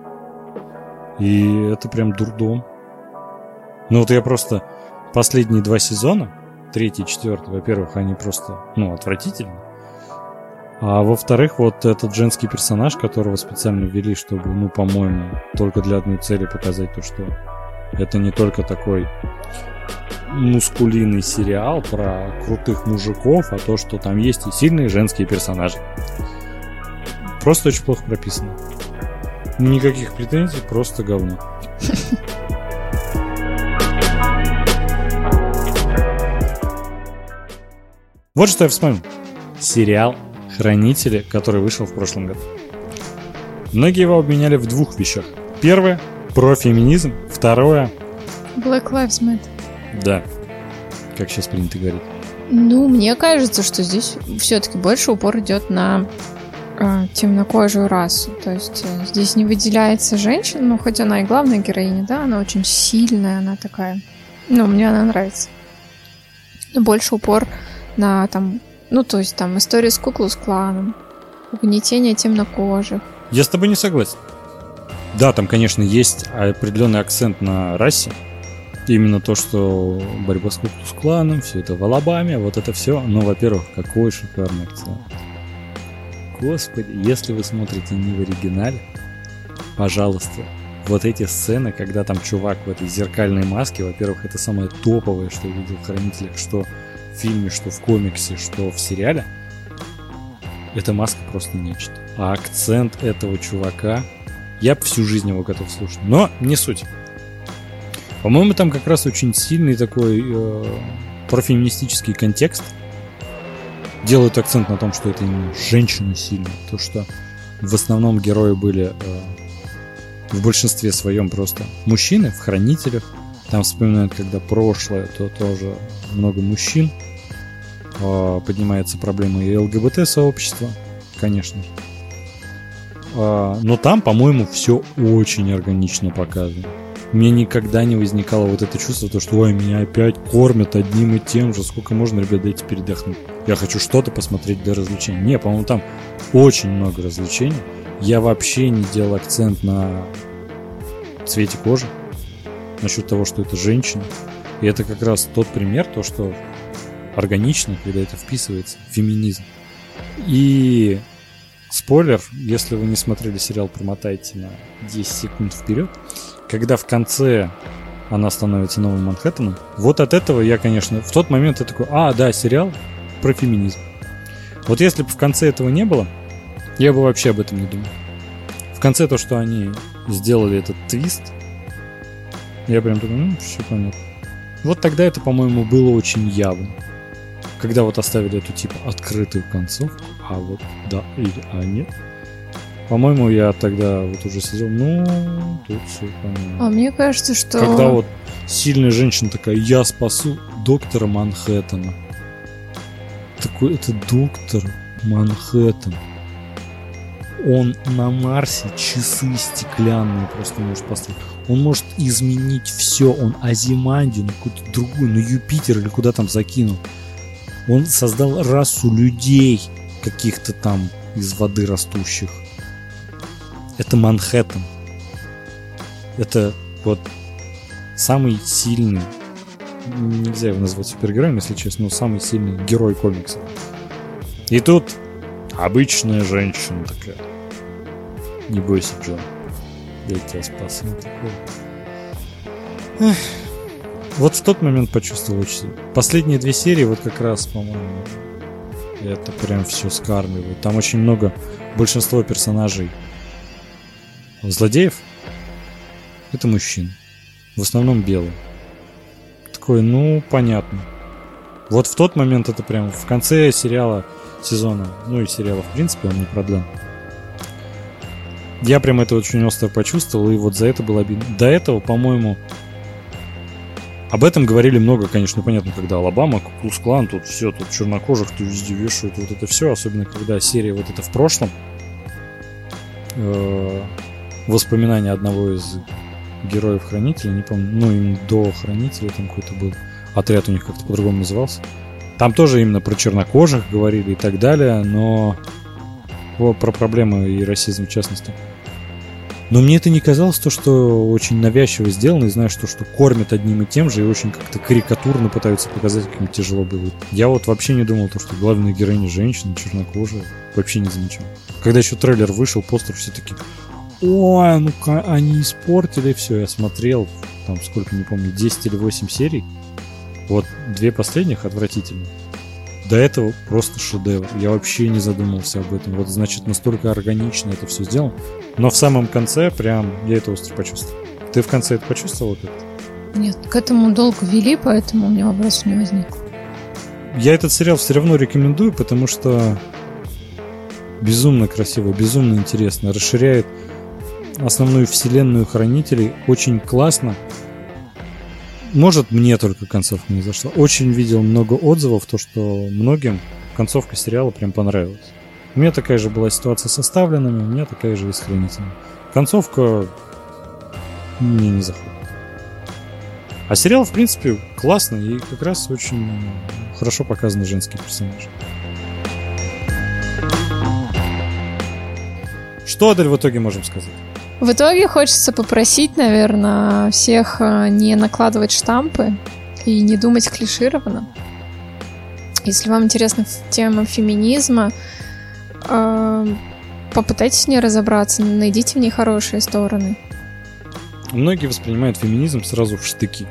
Speaker 1: И это прям дурдом. Ну вот я просто последние 2 сезона, 3-й и 4-й, во-первых, они просто, отвратительны. А во-вторых, вот этот женский персонаж, которого специально ввели, чтобы, по-моему, только для одной цели показать то, что это не только такой мускулинный сериал про крутых мужиков, а то, что там есть и сильные женские персонажи. Просто очень плохо прописано. Никаких претензий, просто говно. Вот что я вспомнил. Сериал «Хранители», который вышел в прошлом году. Многие его обменяли в 2 вещах. Первое – про феминизм. Второе –
Speaker 2: Black Lives Matter.
Speaker 1: Да, как сейчас принято говорить.
Speaker 2: Ну, мне кажется, что здесь все-таки больше упор идет на темнокожую расу. То есть здесь не выделяется женщина, хоть она и главная героиня, да, она очень сильная, она такая. Мне она нравится. Но больше упор на история с Ку-клукс-кланом, угнетение темнокожих.
Speaker 1: Я с тобой не согласен. Да, там, конечно, есть определенный акцент на расе. Именно то, что борьба с Ку-клукс-кланом, все это в Алабаме, вот это все. Но, во-первых, какой шикарный акцент. Господи, если вы смотрите не в оригинале, пожалуйста, вот эти сцены, когда там чувак в этой зеркальной маске, во-первых, это самое топовое, что я видел в «Хранителях», что в фильме, что в комиксе, что в сериале. Эта маска просто нечто. А акцент этого чувака, я бы всю жизнь его готов слушать. Но не суть. По-моему, там как раз очень сильный такой профеминистический контекст. Делают акцент на том, что это именно женщина сильная. То, что в основном герои были в большинстве своем просто мужчины в «Хранителях». Там вспоминают, когда прошлое, то тоже много мужчин. Поднимается проблема и ЛГБТ-сообщества, конечно же. Но там, по-моему, все очень органично показано. Мне никогда не возникало вот это чувство, то, что ой, меня опять кормят одним и тем же. Сколько можно, ребят, дайте передохнуть. Я хочу что-то посмотреть для развлечения. Не, по-моему, там очень много развлечений. Я вообще не делал акцент на цвете кожи. Насчет того, что это женщина. И это как раз тот пример, то, что органично, когда это вписывается в феминизм. И спойлер, если вы не смотрели сериал, промотайте на 10 секунд вперед. Когда в конце она становится новым Манхэттеном, вот от этого я, конечно, в тот момент я такой, да, сериал про феминизм. Вот если бы в конце этого не было, я бы вообще об этом не думал. В конце то, что они сделали этот твист, я прям думаю, все понятно. Вот тогда это, по-моему, было очень явно. Когда вот оставили эту, типа, открытую концовку, а вот да или нет. По-моему, я тогда вот уже сидел, тут все понятно.
Speaker 2: А мне кажется, что...
Speaker 1: Когда вот сильная женщина такая, я спасу доктора Манхэттена. Такой, это доктор Манхэттен. Он на Марсе часы стеклянные просто может построить. Он может изменить все. Он Азимандию на какую-то другую, на Юпитер или куда там закинул. Он создал расу людей, каких-то там из воды растущих. Это Манхэттен. Это вот самый сильный, нельзя его назвать супергероем, если честно, но самый сильный герой комиксов. И тут обычная женщина такая: не бойся, Джон, я тебя спас. Вот в тот момент почувствовал очень. Последние 2 серии, вот как раз, по-моему, это прям все скармливает. Там очень много, большинство персонажей злодеев — это мужчины. В основном белые. Такой, ну, понятно. Вот в тот момент это прям в конце сериала, сезона, ну и сериала в принципе, он не продлен. Я прям это очень остро почувствовал, и вот за это было обидно. До этого, по-моему, об этом говорили много, конечно, понятно, когда Алабама, Ку-Клукс-Клан, тут все, тут чернокожих, тут везде вешают, вот это все, особенно когда серия вот это в прошлом. Воспоминания одного из героев Хранителя, не помню, ну, им до Хранителя там какой-то был отряд, у них как-то по-другому назывался. Там тоже именно про чернокожих говорили и так далее, но про проблемы и расизм в частности. Но мне это не казалось то, что очень навязчиво сделано, и знаешь, что кормят одним и тем же, и очень как-то карикатурно пытаются показать, как им тяжело было. Я вот вообще не думал, что главная героиня женщина, чернокожая, вообще не замечал. Когда еще трейлер вышел, постер, все таки: ой, ну-ка, они испортили все. Я смотрел, там, сколько, не помню, 10 или 8 серий. Вот 2 последних отвратительные. До этого просто шедевр. Я вообще не задумывался об этом. Вот, значит, настолько органично это все сделано. Но в самом конце прям я это остро почувствовал. Ты в конце это почувствовал?
Speaker 2: Нет, к этому долго вели, поэтому у меня вопросов не возникло.
Speaker 1: Я этот сериал все равно рекомендую, потому что безумно красиво, безумно интересно. Расширяет основную вселенную Хранителей очень классно. Может, мне только концовка не зашла. Очень видел много отзывов, то, что многим концовка сериала прям понравилась. У меня такая же была ситуация с оставленными, у меня такая же и с Хранителями. Концовка мне не заходит. А сериал, в принципе, классный и как раз очень хорошо показаны женские персонажи. Что, Адель, в итоге можем сказать?
Speaker 2: В итоге хочется попросить, наверное, всех не накладывать штампы и не думать клишированно. Если вам интересна тема феминизма, попытайтесь в ней разобраться, найдите в ней хорошие стороны.
Speaker 1: Многие воспринимают феминизм сразу в штыки.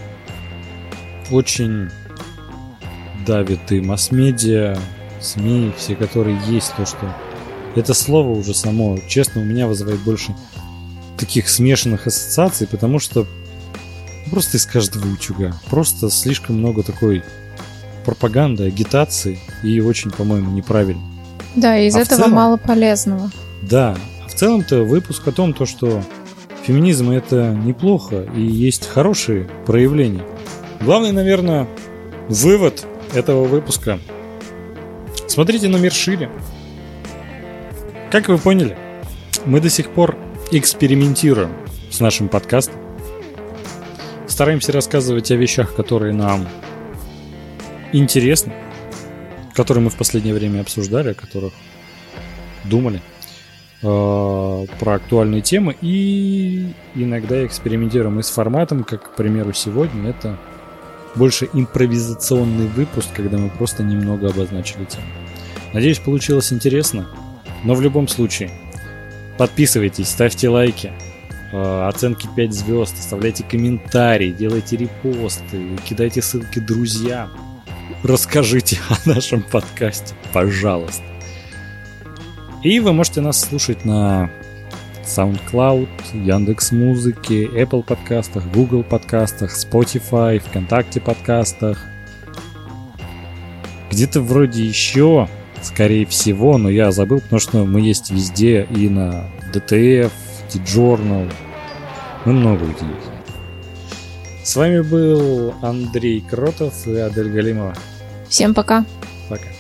Speaker 1: Очень давит и масс-медиа, СМИ, все, которые есть, то, что это слово уже само, честно, у меня вызывает больше таких смешанных ассоциаций, потому что просто из каждого утюга. Просто слишком много такой пропаганды, агитации и очень, по-моему, неправильно.
Speaker 2: Да, из этого целом, мало полезного.
Speaker 1: Да, а в целом-то выпуск о том, то, что феминизм — это неплохо и есть хорошие проявления. Главный, наверное, вывод этого выпуска: смотрите на мир шире. Как вы поняли, мы до сих пор экспериментируем с нашим подкастом. Стараемся рассказывать о вещах, которые нам интересны, которые мы в последнее время обсуждали, о которых думали, про актуальные темы, и иногда экспериментируем и с форматом, как, к примеру, сегодня. Это больше импровизационный выпуск, когда мы просто немного обозначили тему. Надеюсь, получилось интересно, но в любом случае подписывайтесь, ставьте лайки, оценки 5 звезд, оставляйте комментарии, делайте репосты, кидайте ссылки друзьям. Расскажите о нашем подкасте, пожалуйста. И вы можете нас слушать на SoundCloud, Яндекс.Музыке, Apple подкастах, Google подкастах, Spotify, ВКонтакте подкастах. Где-то вроде еще, скорее всего, но я забыл, потому что мы есть везде, и на DTF, T-Journal. Мы много где есть. С вами был Андрей Кротов и Адель Галимова.
Speaker 2: Всем пока.
Speaker 1: Пока.